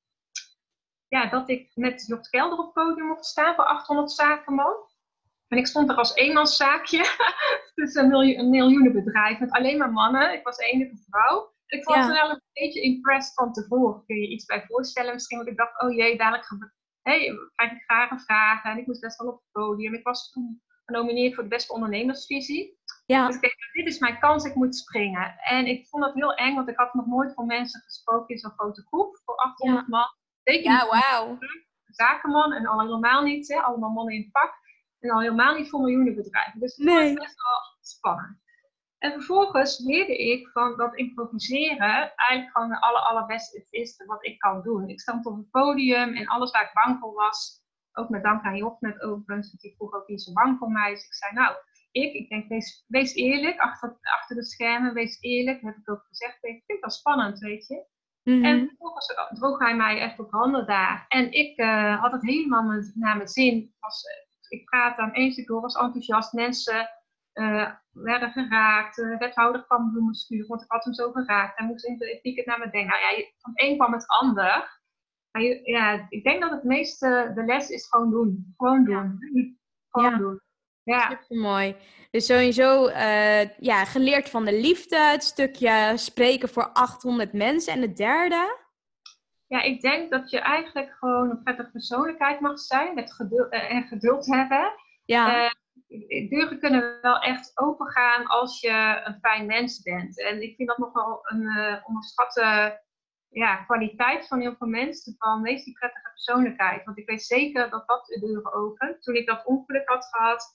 [SPEAKER 2] ja, dat ik met Jort Kelder op het podium mocht staan voor achthonderd zakenman. En ik stond er als eenmanszaakje tussen een, miljoen, een miljoenenbedrijf met alleen maar mannen. Ik was de enige vrouw. En ik was ja. wel een beetje impressed van tevoren. Kun je je iets bij voorstellen? Misschien want ik dacht, oh jee, dadelijk hey, krijg ik graag vragen. En ik moest best wel op het podium. Ik was toen genomineerd voor de beste ondernemersvisie. Ja. Dus ik dacht, dit is mijn kans, ik moet springen. En ik vond dat heel eng, want ik had nog nooit voor mensen gesproken in zo'n grote groep. Voor achthonderd ja. man. Zeker
[SPEAKER 1] ja, wauw.
[SPEAKER 2] Zakenman en al helemaal niet, hè, allemaal mannen in het pak. En al helemaal niet voor miljoenenbedrijven. Dus het
[SPEAKER 1] nee.
[SPEAKER 2] was best wel spannend. En vervolgens leerde ik van dat improviseren eigenlijk gewoon het aller, allerbeste is wat ik kan doen. Ik stond op het podium en alles waar ik bang voor was, ook met dank aan Job net overigens, want die vroeg ook niet zo bang voor mij. Dus ik zei, nou, ik, ik denk, wees, wees eerlijk, achter, achter de schermen, wees eerlijk. Dat heb ik ook gezegd, ik vind dat spannend, weet je. Mm-hmm. En vervolgens droeg hij mij echt op handen daar. En ik uh, had het helemaal met, naar mijn zin. Was, ik praatte aan één stuk door, was enthousiast. Mensen uh, werden geraakt. De wethouder kwam bloemen sturen, want ik had hem zo geraakt. Hij moest in de ticket naar me denken. Nou ja, van het een kwam het ander. Maar je, ja, ik denk dat het meeste de les is gewoon doen. Gewoon doen. Ja. Gewoon
[SPEAKER 1] ja.
[SPEAKER 2] doen. Ja.
[SPEAKER 1] Supermooi. Dus sowieso uh, ja, geleerd van de liefde, het stukje spreken voor achthonderd mensen. En het derde?
[SPEAKER 2] Ja, ik denk dat je eigenlijk gewoon een prettige persoonlijkheid mag zijn. Met geduld, uh, en geduld hebben.
[SPEAKER 1] Ja.
[SPEAKER 2] Uh, deuren kunnen wel echt opengaan als je een fijn mens bent. En ik vind dat nog wel een uh, onderschatte ja, kwaliteit van heel veel mensen. Van wees die prettige persoonlijkheid. Want ik weet zeker dat dat de deuren opent. Toen ik dat ongeluk had gehad,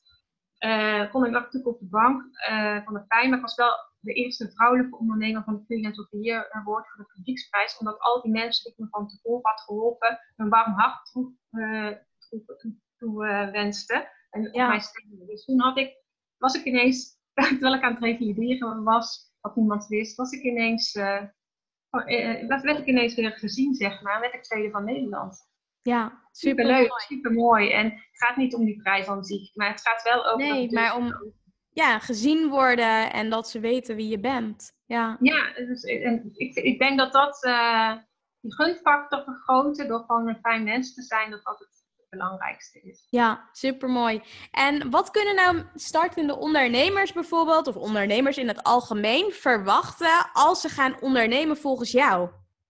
[SPEAKER 2] uh, kon ik natuurlijk op de bank uh, van de pijn. Maar ik was wel de eerste vrouwelijke ondernemer van de Freelance of the Year Award voor de publieksprijs. Omdat al die mensen die ik me van tevoren had geholpen, een warm hart toe, uh, toe, toe, toe uh, wensten. En ja. op mij stemde. Dus toen had ik, was ik ineens, terwijl ik aan het revalideren was, wat niemand wist, was ik ineens, uh, uh, werd ik ineens weer gezien, zeg maar. Werd ik tweede van Nederland.
[SPEAKER 1] Ja,
[SPEAKER 2] super leuk, super mooi. En het gaat niet om die prijs aan zich, maar het gaat wel over.
[SPEAKER 1] Nee, maar om ja, gezien worden en dat ze weten wie je bent. Ja,
[SPEAKER 2] ja dus, en ik, ik denk dat dat, uh, die gunfactor vergroten door gewoon een fijn mens te zijn, dat dat het belangrijkste is.
[SPEAKER 1] Ja, supermooi. En wat kunnen nou startende ondernemers bijvoorbeeld, of ondernemers in het algemeen, verwachten als ze gaan ondernemen volgens jou?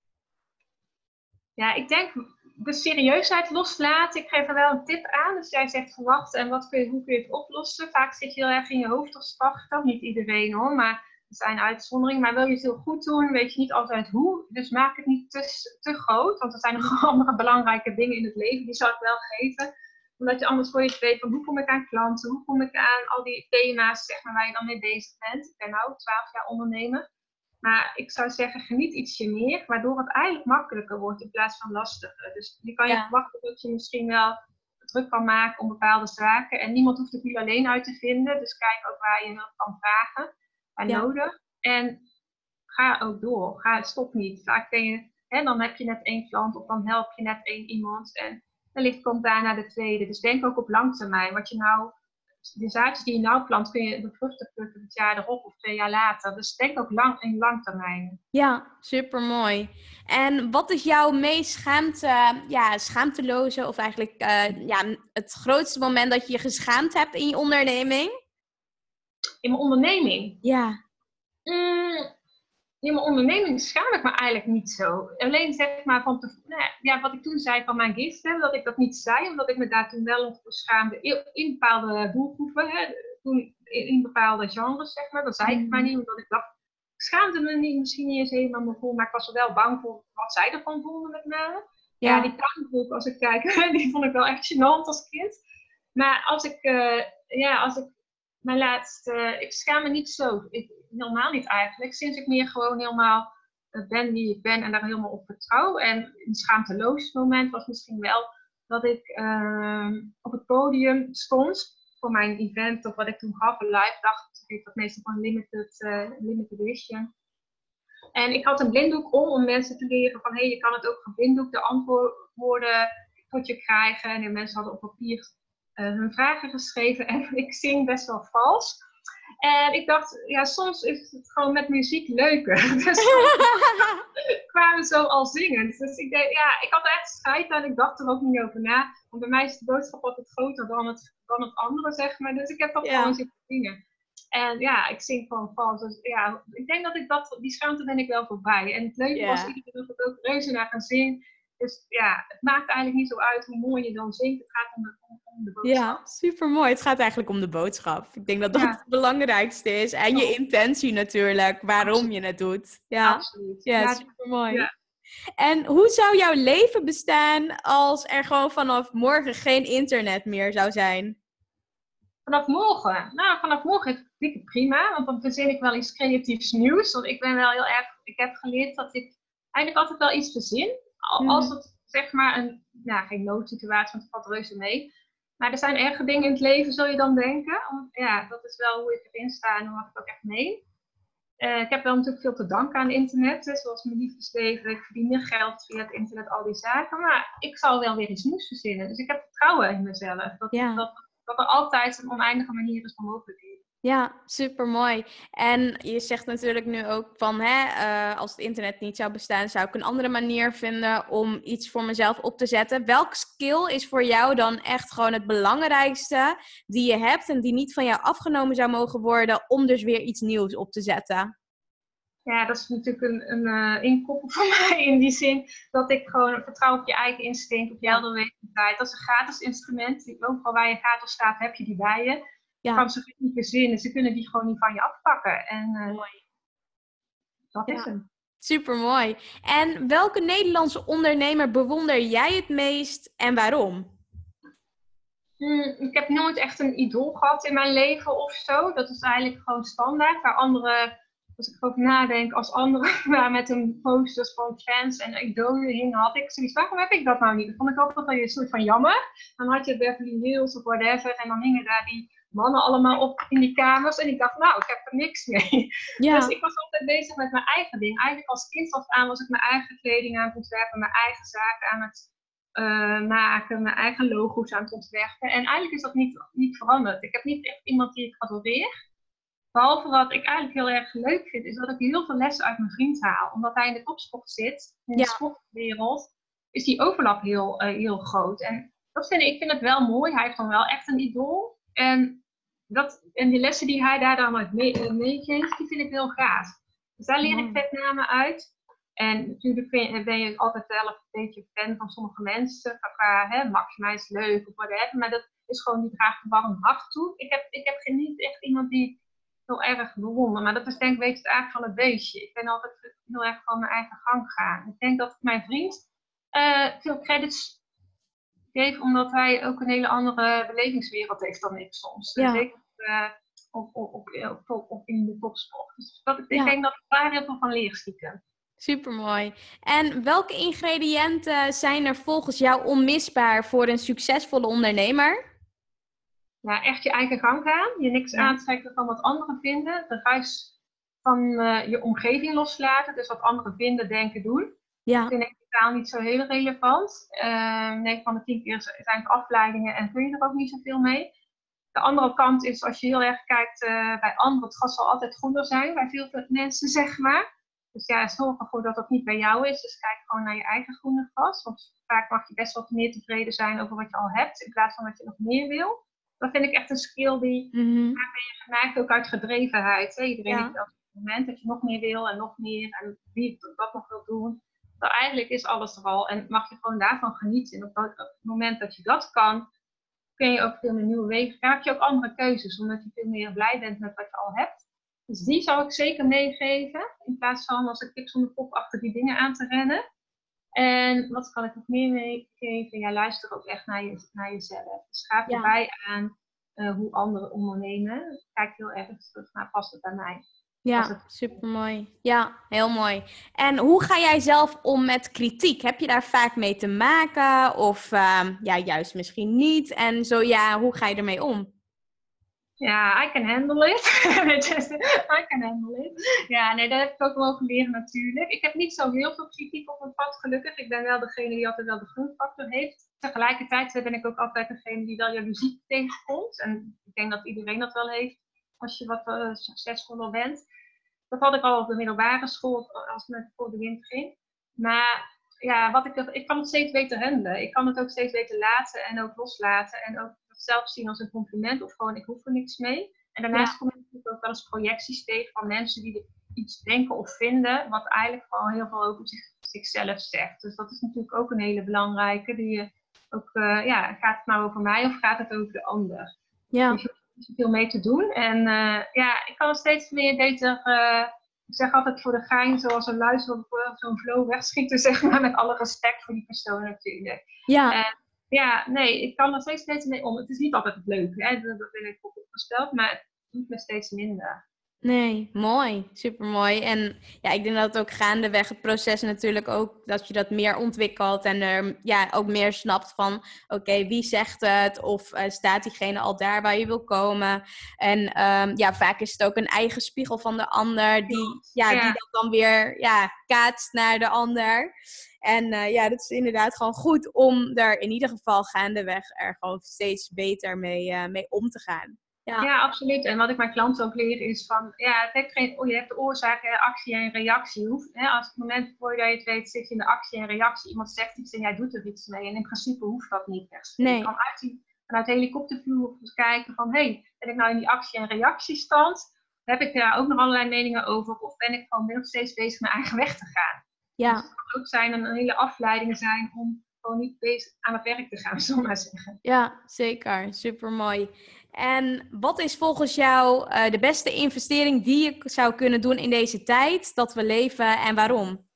[SPEAKER 2] Ja, ik denk de serieusheid loslaten. Ik geef er wel een tip aan. Dus jij zegt verwachten en wat kun je, hoe kun je het oplossen? Vaak zit je heel erg in je hoofd als starter. Niet iedereen hoor, maar er zijn uitzonderingen. Maar wil je het heel goed doen, weet je niet altijd hoe. Dus maak het niet te, te groot. Want er zijn nog andere belangrijke dingen in het leven. Die zou ik wel geven. Omdat je anders voor je het weet van hoe kom ik aan klanten? Hoe kom ik aan al die thema's zeg maar, waar je dan mee bezig bent. Ik ben nu twaalf jaar ondernemer. Maar ik zou zeggen, geniet ietsje meer, waardoor het eigenlijk makkelijker wordt in plaats van lastiger. Dus je kan je
[SPEAKER 1] Ja.
[SPEAKER 2] verwachten dat je misschien wel druk kan maken om bepaalde zaken. En niemand hoeft het niet alleen uit te vinden. Dus kijk ook waar je hulp kan vragen en
[SPEAKER 1] Ja.
[SPEAKER 2] nodig. En ga ook door. Ga, stop niet. Vaak denk je, hè, dan heb je net één klant of dan help je net één iemand. En wellicht komt daarna de tweede. Dus denk ook op lang termijn. Wat je nou... De zaadjes die je nou plant, kun je de vruchten plukken het jaar erop of twee jaar later. Dus denk ook lang in lang termijn.
[SPEAKER 1] Ja, supermooi. En wat is jouw meest schaamte, ja, schaamteloze of eigenlijk uh, ja, het grootste moment dat je je geschaamd hebt in je onderneming?
[SPEAKER 2] In mijn onderneming?
[SPEAKER 1] Ja.
[SPEAKER 2] Mm, in mijn onderneming schaam ik me eigenlijk niet zo. Alleen zeg maar van te, nou ja, wat ik toen zei van mijn gisteren, dat ik dat niet zei, omdat ik me daar toen wel over schaamde in bepaalde doelgroepen, hè, toen in, in bepaalde genres zeg maar. Dat zei ik
[SPEAKER 1] Mm.
[SPEAKER 2] maar niet, omdat ik dacht, ik schaamde me niet, misschien niet eens helemaal me voor, maar ik was er wel bang voor wat zij ervan vonden met name. Ja, ja die tuinbroek, als ik kijk, die vond ik wel echt gênant als kind. Maar als ik, uh, ja, als ik mijn laatste, uh, ik schaam me niet zo, ik, helemaal niet eigenlijk, sinds ik meer gewoon helemaal uh, ben wie ik ben en daar helemaal op vertrouw. En een schaamteloos moment was misschien wel dat ik uh, op het podium stond voor mijn event of wat ik toen gaf, een live dag, ik dat meestal van limited, uh, limited edition. En ik had een blinddoek om, om mensen te leren van, hé, hey, je kan het ook geblinddoek de antwoorden tot je krijgen. En de mensen hadden op papier uh, hun vragen geschreven en ik zing best wel vals. En ik dacht, ja, soms is het gewoon met muziek leuker. Dus kwamen zo al zingend. Dus ik denk, ja, ik had er echt scheid aan. Ik dacht er ook niet over na. Want bij mij is de boodschap altijd groter dan het, dan het andere, zeg maar. Dus ik heb dat ja. gewoon zitten zingen. En ja, ik zing gewoon vals. Dus ja, ik denk dat ik dat, die schaamte ben ik wel voorbij. En het leuke yeah. was iedere keer dat ik ook reuze naar gaan zingen. Dus ja, het maakt eigenlijk niet zo uit hoe mooi je dan zingt. Het gaat om de, om, om de boodschap.
[SPEAKER 1] Ja, supermooi. Het gaat eigenlijk om de boodschap. Ik denk dat dat ja. het belangrijkste is. En je intentie natuurlijk, waarom Absoluut. je het doet. Ja,
[SPEAKER 2] Absoluut.
[SPEAKER 1] Ja, ja supermooi. Ja. En hoe zou jouw leven bestaan als er gewoon vanaf morgen geen internet meer zou zijn?
[SPEAKER 2] Vanaf morgen? Nou, vanaf morgen vind ik prima. Want dan verzin ik wel iets creatiefs nieuws. Want ik ben wel heel erg... Ik heb geleerd dat ik eigenlijk altijd wel iets verzin. Als het zeg maar een... Ja, geen noodsituatie, want het valt reuze mee. Maar er zijn erge dingen in het leven, zul je dan denken. Want, ja, dat is wel hoe ik erin sta en hoe ik het ook echt meen. Uh, ik heb wel natuurlijk veel te danken aan internet. Hè, zoals mijn liefdesleven. Ik verdien meer geld via het internet, al die zaken. Maar ik zal wel weer iets nieuws verzinnen. Dus ik heb vertrouwen in mezelf. Dat, ja. dat, dat er altijd een oneindige manier is van mogelijkheden.
[SPEAKER 1] Ja, supermooi. En je zegt natuurlijk nu ook van, hè, uh, als het internet niet zou bestaan, zou ik een andere manier vinden om iets voor mezelf op te zetten. Welk skill is voor jou dan echt gewoon het belangrijkste die je hebt en die niet van jou afgenomen zou mogen worden om dus weer iets nieuws op te zetten?
[SPEAKER 2] Ja, dat is natuurlijk een, een uh, inkoppel van mij in die zin dat ik gewoon vertrouw op je eigen instinct, op je helderwetendheid. Dat is een gratis instrument. Overal waar je gratis staat, heb je die bij je. Je ja. kan ze niet verzinnen. Ze kunnen die gewoon niet van je afpakken. En uh, dat ja. is hem.
[SPEAKER 1] Supermooi. En welke Nederlandse ondernemer bewonder jij het meest en waarom?
[SPEAKER 2] Hmm, ik heb nooit echt een idool gehad in mijn leven of zo. Dat is eigenlijk gewoon standaard. Waar anderen... Als ik erover nadenk, als anderen maar met een posters van fans en idolen hingen, had ik zoiets. Waarom heb ik dat nou niet? Dat vond ik ook wel een soort van jammer. Dan had je Beverly Hills of whatever en dan hingen daar die mannen allemaal op in die kamers. En ik dacht, nou, ik heb er niks mee. Ja. Dus ik was altijd bezig met mijn eigen ding. Eigenlijk als kind af aan was ik mijn eigen kleding aan het ontwerpen, mijn eigen zaken aan het uh, maken, mijn eigen logo's aan het ontwerpen. En eigenlijk is dat niet, niet veranderd. Ik heb niet echt iemand die ik adoreer. Behalve wat ik eigenlijk heel erg leuk vind, is dat ik heel veel lessen uit mijn vriend haal. Omdat hij in de topsport zit, in de
[SPEAKER 1] Ja.
[SPEAKER 2] sportwereld, is die overlap heel, uh, heel groot. En dat vind ik, ik vind het wel mooi. Hij heeft dan wel echt een idool. En, dat, en die lessen die hij daar dan uit mee, uh, meegeeft, die vind ik heel gaaf. Dus daar leer ik met name uit. En natuurlijk ben je altijd wel een beetje fan van sommige mensen. Qua, hè, Maxima is leuk of whatever. Maar dat is gewoon, die draagt een warm hart toe. Ik heb, ik heb geen, niet echt iemand die heel erg bewonder. Maar dat is denk ik weet het eigenlijk van het beestje. Ik ben altijd heel erg van mijn eigen gang gaan. Ik denk dat ik mijn vriend uh, veel credits geef, omdat hij ook een hele andere belevingswereld heeft dan ik soms.
[SPEAKER 1] Ja.
[SPEAKER 2] Zeker uh, op, op, op, op, op, op in de topsport. Dus dat, ik
[SPEAKER 1] Ja.
[SPEAKER 2] denk dat ik daar heel veel van leer stiekem.
[SPEAKER 1] Supermooi. En welke ingrediënten zijn er volgens jou onmisbaar voor een succesvolle ondernemer?
[SPEAKER 2] Ja, echt je eigen gang gaan. Je niks
[SPEAKER 1] Ja.
[SPEAKER 2] aantrekken van wat anderen vinden. De ruis van uh, je omgeving loslaten. Dus wat anderen vinden, denken, doen.
[SPEAKER 1] Ja.
[SPEAKER 2] Dat vind ik totaal niet zo heel relevant. Uh, negen van de tien keer zijn het afleidingen en kun je er ook niet zoveel mee. De andere kant is, als je heel erg kijkt uh, bij anderen, het gras zal altijd groener zijn. Bij veel mensen, zeg maar. Dus ja, zorg ervoor dat dat niet bij jou is. Dus kijk gewoon naar je eigen groene gras. Want vaak mag je best wel meer tevreden zijn over wat je al hebt. In plaats van dat je nog meer wil. Dat vind ik echt een skill die
[SPEAKER 1] mm-hmm.
[SPEAKER 2] ben je geneigd ook uit gedrevenheid. Hè? Iedereen
[SPEAKER 1] Ja.
[SPEAKER 2] heeft op het moment dat je nog meer wil en nog meer. En wie dat nog wil doen. Maar eigenlijk is alles er al. En mag je gewoon daarvan genieten. En op, dat, op het moment dat je dat kan, kun je ook veel meer nieuwe wegen. Dan heb je ook andere keuzes. Omdat je veel meer blij bent met wat je al hebt. Dus die zou ik zeker meegeven. In plaats van als ik tips om de kop achter die dingen aan te rennen. En wat kan ik nog meer meegeven? Ja, luister ook echt naar, je, naar jezelf. Dus ga voorbij ja. aan uh, hoe anderen ondernemen. Kijk heel erg terug naar, past het bij mij?
[SPEAKER 1] Ja, het... supermooi. Ja, heel mooi. En hoe ga jij zelf om met kritiek? Heb je daar vaak mee te maken? Of uh, ja, juist misschien niet? En zo ja, hoe ga je ermee om?
[SPEAKER 2] Ja, I can handle it. I can handle it. Ja, nee, dat heb ik ook mogen leren natuurlijk. Ik heb niet zo heel veel kritiek op mijn pad, gelukkig. Ik ben wel degene die altijd wel de gunfactor heeft. Tegelijkertijd ben ik ook altijd degene die wel jaloezie tegenkomt. En ik denk dat iedereen dat wel heeft als je wat uh, succesvoller bent. Dat had ik al op de middelbare school als het met voor de wind ging. Maar ja, wat ik, ik kan het steeds beter handelen. Ik kan het ook steeds beter laten en ook loslaten. En ook zelf zien als een compliment of gewoon ik hoef er niks mee. En daarnaast ja. kom ik natuurlijk ook wel eens projecties tegen van mensen die iets denken of vinden, wat eigenlijk gewoon heel veel over zich, zichzelf zegt. Dus dat is natuurlijk ook een hele belangrijke. Die je ook, uh, ja, gaat het nou over mij of gaat het over de ander?
[SPEAKER 1] Ja.
[SPEAKER 2] Dus je hebt er veel mee te doen. En uh, ja, ik kan er steeds meer beter, uh, ik zeg altijd voor de gein, zoals een luis op uh, zo'n flow wegschieten, zeg maar, met alle respect voor die persoon natuurlijk.
[SPEAKER 1] Ja.
[SPEAKER 2] En, Ja, nee, ik kan er steeds steeds mee om. Het is niet altijd het leuke, hè? Dat ben ik ook opgesteld, maar het doet me steeds minder.
[SPEAKER 1] Nee, mooi. Supermooi. En ja, ik denk dat het ook gaandeweg het proces natuurlijk ook, dat je dat meer ontwikkelt en er ja, ook meer snapt van, oké, okay, wie zegt het? Of uh, staat diegene al daar waar je wil komen? En um, ja, vaak is het ook een eigen spiegel van de ander, die, ja,
[SPEAKER 2] ja.
[SPEAKER 1] die dat dan weer ja, kaatst naar de ander. En uh, ja, dat is inderdaad gewoon goed om er in ieder geval gaandeweg er gewoon steeds beter mee, uh, mee om te gaan.
[SPEAKER 2] Ja. ja, absoluut. En wat ik mijn klanten ook leer is van, ja, het heeft geen, oh, je hebt de oorzaak, actie en reactie. Hoeft, hè, als het moment voor je het weet, zit je in de actie en reactie. Iemand zegt iets en jij doet er iets mee. En in principe hoeft dat niet per se.
[SPEAKER 1] Nee.
[SPEAKER 2] Je kan uit vanuit helikopterview kijken van, hé, hey, ben ik nou in die actie- en reactiestand? Heb ik daar ook nog allerlei meningen over? Of ben ik gewoon nog steeds bezig mijn eigen weg te gaan?
[SPEAKER 1] Ja.
[SPEAKER 2] Dus het kan ook zijn een hele afleiding zijn om gewoon niet bezig aan het werk te gaan, zullen we maar zeggen.
[SPEAKER 1] Ja, zeker. Supermooi. En wat is volgens jou uh, de beste investering die je zou kunnen doen in deze tijd dat we leven en waarom?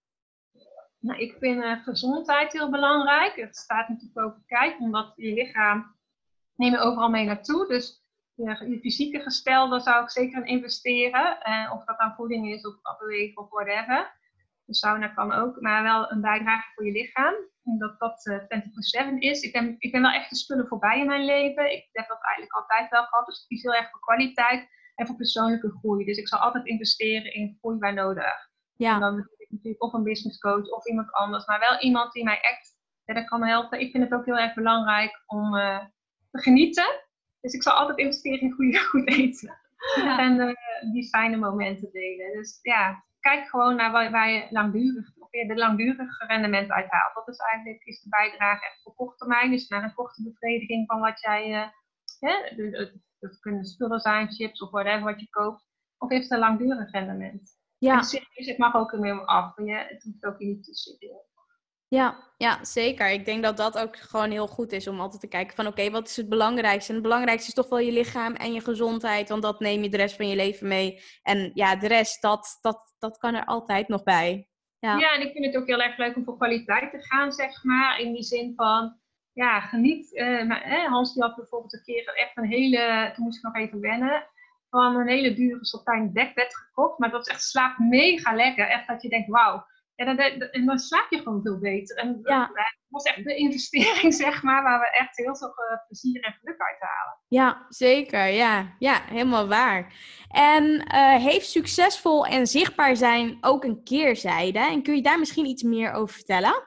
[SPEAKER 2] Nou, ik vind uh, gezondheid heel belangrijk. Het staat natuurlijk ook kijk, omdat je lichaam neem je overal mee naartoe. Dus je, je fysieke gestel, daar zou ik zeker in investeren. Uh, of dat aan voeding is of afbewegen of whatever. De sauna kan ook, maar wel een bijdrage voor je lichaam. En dat dat uh, vierentwintig zeven is. Ik ben, ik ben wel echt de spullen voorbij in mijn leven. Ik heb dat eigenlijk altijd wel gehad. Dus ik kies heel erg voor kwaliteit en voor persoonlijke groei. Dus ik zal altijd investeren in groei waar nodig.
[SPEAKER 1] Ja.
[SPEAKER 2] En dan bedoel ik natuurlijk of een business coach of iemand anders. Maar wel iemand die mij echt verder kan helpen. Ik vind het ook heel erg belangrijk om uh, te genieten. Dus ik zal altijd investeren in goede, goed eten.
[SPEAKER 1] Ja.
[SPEAKER 2] En uh, die fijne momenten delen. Dus ja, kijk gewoon naar waar, waar je langdurig, of je de langdurige rendement uithaalt. Dat is eigenlijk is de bijdrage echt voor korte termijn. Dus naar een korte bevrediging van wat jij... Uh, hè, dat kunnen spullen zijn, chips of whatever wat je koopt. Of heeft het een langdurig rendement. Ja. En serieus, het mag ook ermee af. Je, het hoeft ook niet te serieus.
[SPEAKER 1] Ja, ja, zeker. Ik denk dat dat ook gewoon heel goed is om altijd te kijken van oké, okay, wat is het belangrijkste? En het belangrijkste is toch wel je lichaam en je gezondheid, want dat neem je de rest van je leven mee. En ja, de rest, dat, dat, dat kan er altijd nog bij. Ja.
[SPEAKER 2] Ja, en ik vind het ook heel erg leuk om voor kwaliteit te gaan, zeg maar. In die zin van, ja, geniet. Uh, maar, eh, Hans die had bijvoorbeeld een keer echt een hele, toen moest ik nog even wennen, van een hele dure satijn dekbed gekocht. Maar dat is echt, slaapt mega lekker. Echt dat je denkt, wauw. En dan, en dan slaap je gewoon veel beter. En
[SPEAKER 1] ja.
[SPEAKER 2] Het was echt de investering, zeg maar, waar we echt heel veel uh, plezier en geluk uit halen.
[SPEAKER 1] Ja, zeker. Ja, ja, helemaal waar. En uh, heeft succesvol en zichtbaar zijn ook een keerzijde? En kun je daar misschien iets meer over vertellen?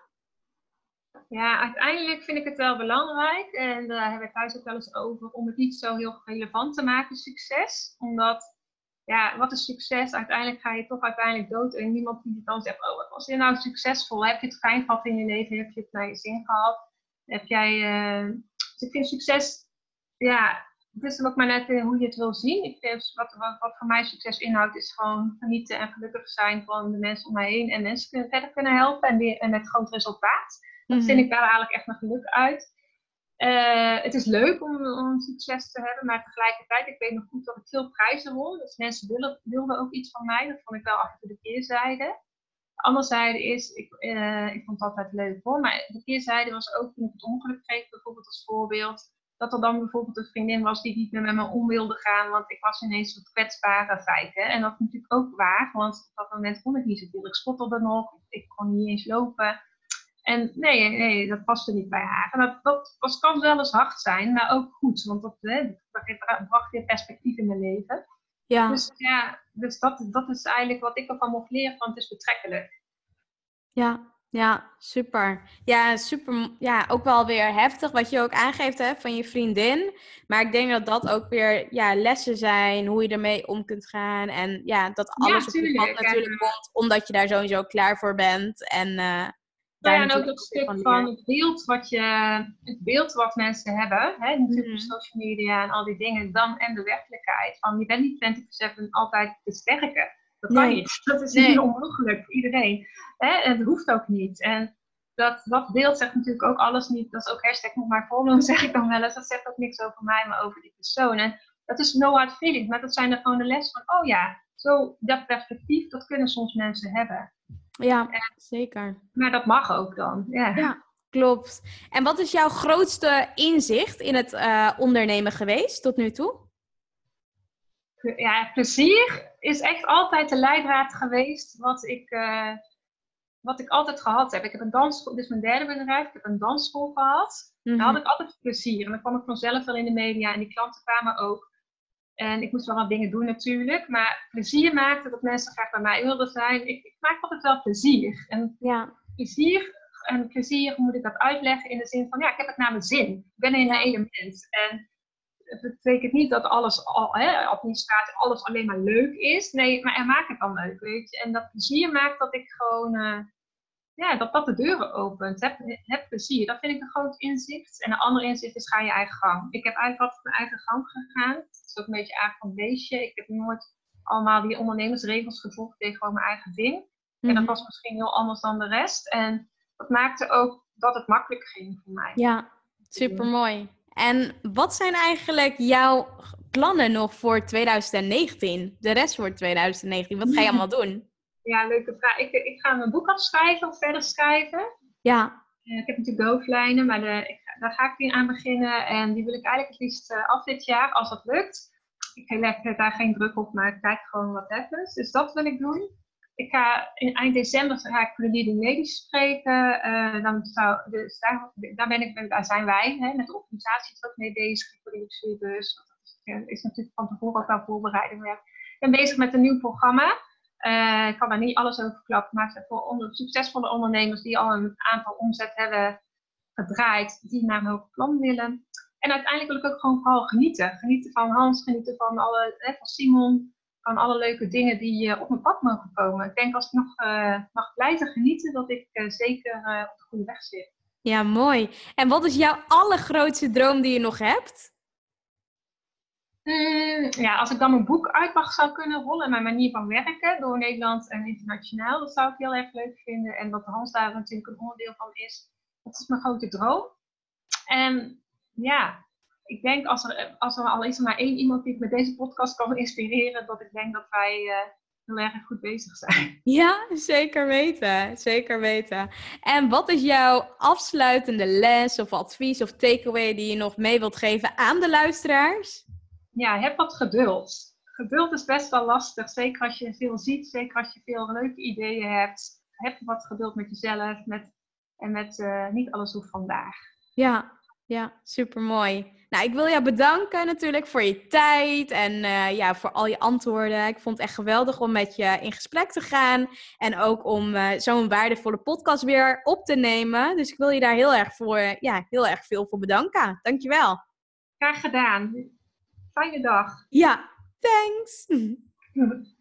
[SPEAKER 2] Ja, uiteindelijk vind ik het wel belangrijk. En daar hebben we het thuis ook wel eens over. Om het niet zo heel relevant te maken, succes. Omdat... Ja, wat is succes? Uiteindelijk ga je toch uiteindelijk dood en niemand die dan zegt, oh, wat was je nou succesvol? Heb je het fijn gehad in je leven? Heb je het naar je zin gehad? Heb jij, uh... dus ik vind succes, ja, het is ook maar net uh, hoe je het wil zien. Ik vind, wat, wat, wat voor mij succes inhoudt, is gewoon genieten en gelukkig zijn van de mensen om mij heen. En mensen kunnen, verder kunnen helpen en, weer, en met groot resultaat. Dat
[SPEAKER 1] Mm-hmm.
[SPEAKER 2] vind ik daar eigenlijk echt mijn geluk uit. Uh, het is leuk om, om succes te hebben, maar tegelijkertijd, ik weet nog goed dat ik veel prijzen won. Dus mensen wilden, wilden ook iets van mij. Dat vond ik wel af en toe de keerzijde. De andere zijde is, ik, uh, ik vond het altijd leuk hoor, maar de keerzijde was ook toen ik het ongeluk kreeg, bijvoorbeeld als voorbeeld. Dat er dan bijvoorbeeld een vriendin was die niet meer met me om wilde gaan, want ik was ineens wat kwetsbare feiten. En dat is natuurlijk ook waar, want op dat moment kon ik niet zoveel. Ik spotterde nog, ik kon niet eens lopen. En nee, nee, dat paste niet bij haar. En dat, dat was, kan wel eens hard zijn, maar ook goed. Want dat, hè, dat bracht weer perspectief in mijn leven.
[SPEAKER 1] Ja.
[SPEAKER 2] Dus ja, dus dat, dat is eigenlijk wat ik ervan mocht leren, want het is betrekkelijk.
[SPEAKER 1] Ja, ja, super. Ja, super. Ja, ook wel weer heftig wat je ook aangeeft hè, van je vriendin. Maar ik denk dat dat ook weer ja, lessen zijn, hoe je ermee om kunt gaan. En ja, dat alles
[SPEAKER 2] ja,
[SPEAKER 1] op je pad natuurlijk en, komt, omdat je daar sowieso klaar voor bent. En uh,
[SPEAKER 2] Nou ja, en ook dat stuk van, van het beeld wat je, het beeld wat mensen hebben, hè, natuurlijk mm-hmm. social media en al die dingen, dan en de werkelijkheid. Van je bent niet vierentwintig zeven altijd te sterke. Dat kan nee. niet. Dat is nee. onmogelijk voor iedereen. Hè? En dat hoeft ook niet. En dat, dat beeld zegt natuurlijk ook alles niet. Dat is ook hashtag nog maar volgen, zeg ik dan wel eens. Dat zegt ook niks over mij, maar over die persoon. En dat is no hard feelings. Maar dat zijn er gewoon de les van, oh ja, zo dat perspectief, dat kunnen soms mensen hebben.
[SPEAKER 1] Ja, en, zeker.
[SPEAKER 2] Maar dat mag ook dan. Ja.
[SPEAKER 1] ja, klopt. En wat is jouw grootste inzicht in het uh, ondernemen geweest tot nu toe?
[SPEAKER 2] Ja, plezier is echt altijd de leidraad geweest wat ik, uh, wat ik altijd gehad heb. Ik heb een dansschool, dit is mijn derde bedrijf, ik heb een dansschool gehad. Mm-hmm. Daar had ik altijd plezier. En dan kwam ik vanzelf wel in de media en die klanten kwamen ook. En ik moest wel wat dingen doen natuurlijk, maar plezier maakte dat mensen graag bij mij wilden zijn. Ik, ik maak altijd wel plezier. En
[SPEAKER 1] ja.
[SPEAKER 2] plezier, en plezier, hoe moet ik dat uitleggen? In de zin van, ja, ik heb het naar mijn zin. Ik ben in een element. En het betekent niet dat alles, al, hè, administratie, alles alleen maar leuk is. Nee, maar er maakt het dan leuk, weet je. En dat plezier maakt dat ik gewoon, uh, ja, dat dat de deuren opent. Heb, heb plezier, dat vind ik een groot inzicht. En een ander inzicht is, ga je eigen gang. Ik heb eigenlijk altijd mijn eigen gang gegaan. Het is ook een beetje aard van beestje. Ik heb nooit allemaal die ondernemersregels gevolgd. Ik deed gewoon mijn eigen ding. Mm-hmm. En dat was misschien heel anders dan de rest. En dat maakte ook dat het makkelijk ging voor mij.
[SPEAKER 1] Ja, supermooi. En wat zijn eigenlijk jouw plannen nog voor twintig negentien? De rest voor twintig negentien, wat ga je allemaal doen?
[SPEAKER 2] Ja, leuke vraag. Ik, ik ga mijn boek afschrijven of verder schrijven.
[SPEAKER 1] Ja.
[SPEAKER 2] Uh, ik heb natuurlijk de hoofdlijnen, maar de, ik, daar ga ik weer aan beginnen. En die wil ik eigenlijk het liefst uh, af dit jaar, als dat lukt. Ik leg daar geen druk op, maar ik kijk gewoon wat happens. Dus dat wil ik doen. Ik ga in eind december ga ik voor de Leading Ladies spreken. Uh, dan zou, dus daar, daar, ben ik, daar zijn wij hè, met de organisatie ook mee bezig. Voor de Luxuurbus. Dat is natuurlijk van tevoren ook al voorbereiding werk. Ik ben bezig met een nieuw programma. Uh, ik kan daar niet alles over verklappen, maar het is voor onder, succesvolle ondernemers die al een aantal omzet hebben gedraaid, die naar een hoger plan willen. En uiteindelijk wil ik ook gewoon vooral genieten. Genieten van Hans, genieten van, alle, hè, van Simon, van alle leuke dingen die uh, op mijn pad mogen komen. Ik denk als ik nog uh, mag blijven genieten, dat ik uh, zeker uh, op de goede weg zit.
[SPEAKER 1] Ja, mooi. En wat is jouw allergrootste droom die je nog hebt?
[SPEAKER 2] Mm, ja, als ik dan mijn boek uit mag zou kunnen rollen, mijn manier van werken door Nederland en internationaal, dat zou ik heel erg leuk vinden. En dat Hans daar natuurlijk een onderdeel van is, dat is mijn grote droom. En ja, ik denk als er, als er al is er maar één iemand die ik met deze podcast kan inspireren, dat ik denk dat wij uh, heel erg goed bezig zijn.
[SPEAKER 1] Ja, zeker weten. Zeker weten. En wat is jouw afsluitende les of advies of takeaway die je nog mee wilt geven aan de luisteraars?
[SPEAKER 2] Ja, heb wat geduld. Geduld is best wel lastig, zeker als je veel ziet, zeker als je veel leuke ideeën hebt. Heb wat geduld met jezelf met, en met uh, niet alles hoeft vandaag.
[SPEAKER 1] Ja, ja, supermooi. Nou, ik wil jou bedanken natuurlijk voor je tijd en uh, ja, voor al je antwoorden. Ik vond het echt geweldig om met je in gesprek te gaan en ook om uh, zo'n waardevolle podcast weer op te nemen. Dus ik wil je daar heel erg, voor, ja, heel erg veel voor bedanken. Dankjewel.
[SPEAKER 2] Graag gedaan. Fijne dag.
[SPEAKER 1] Ja, thanks.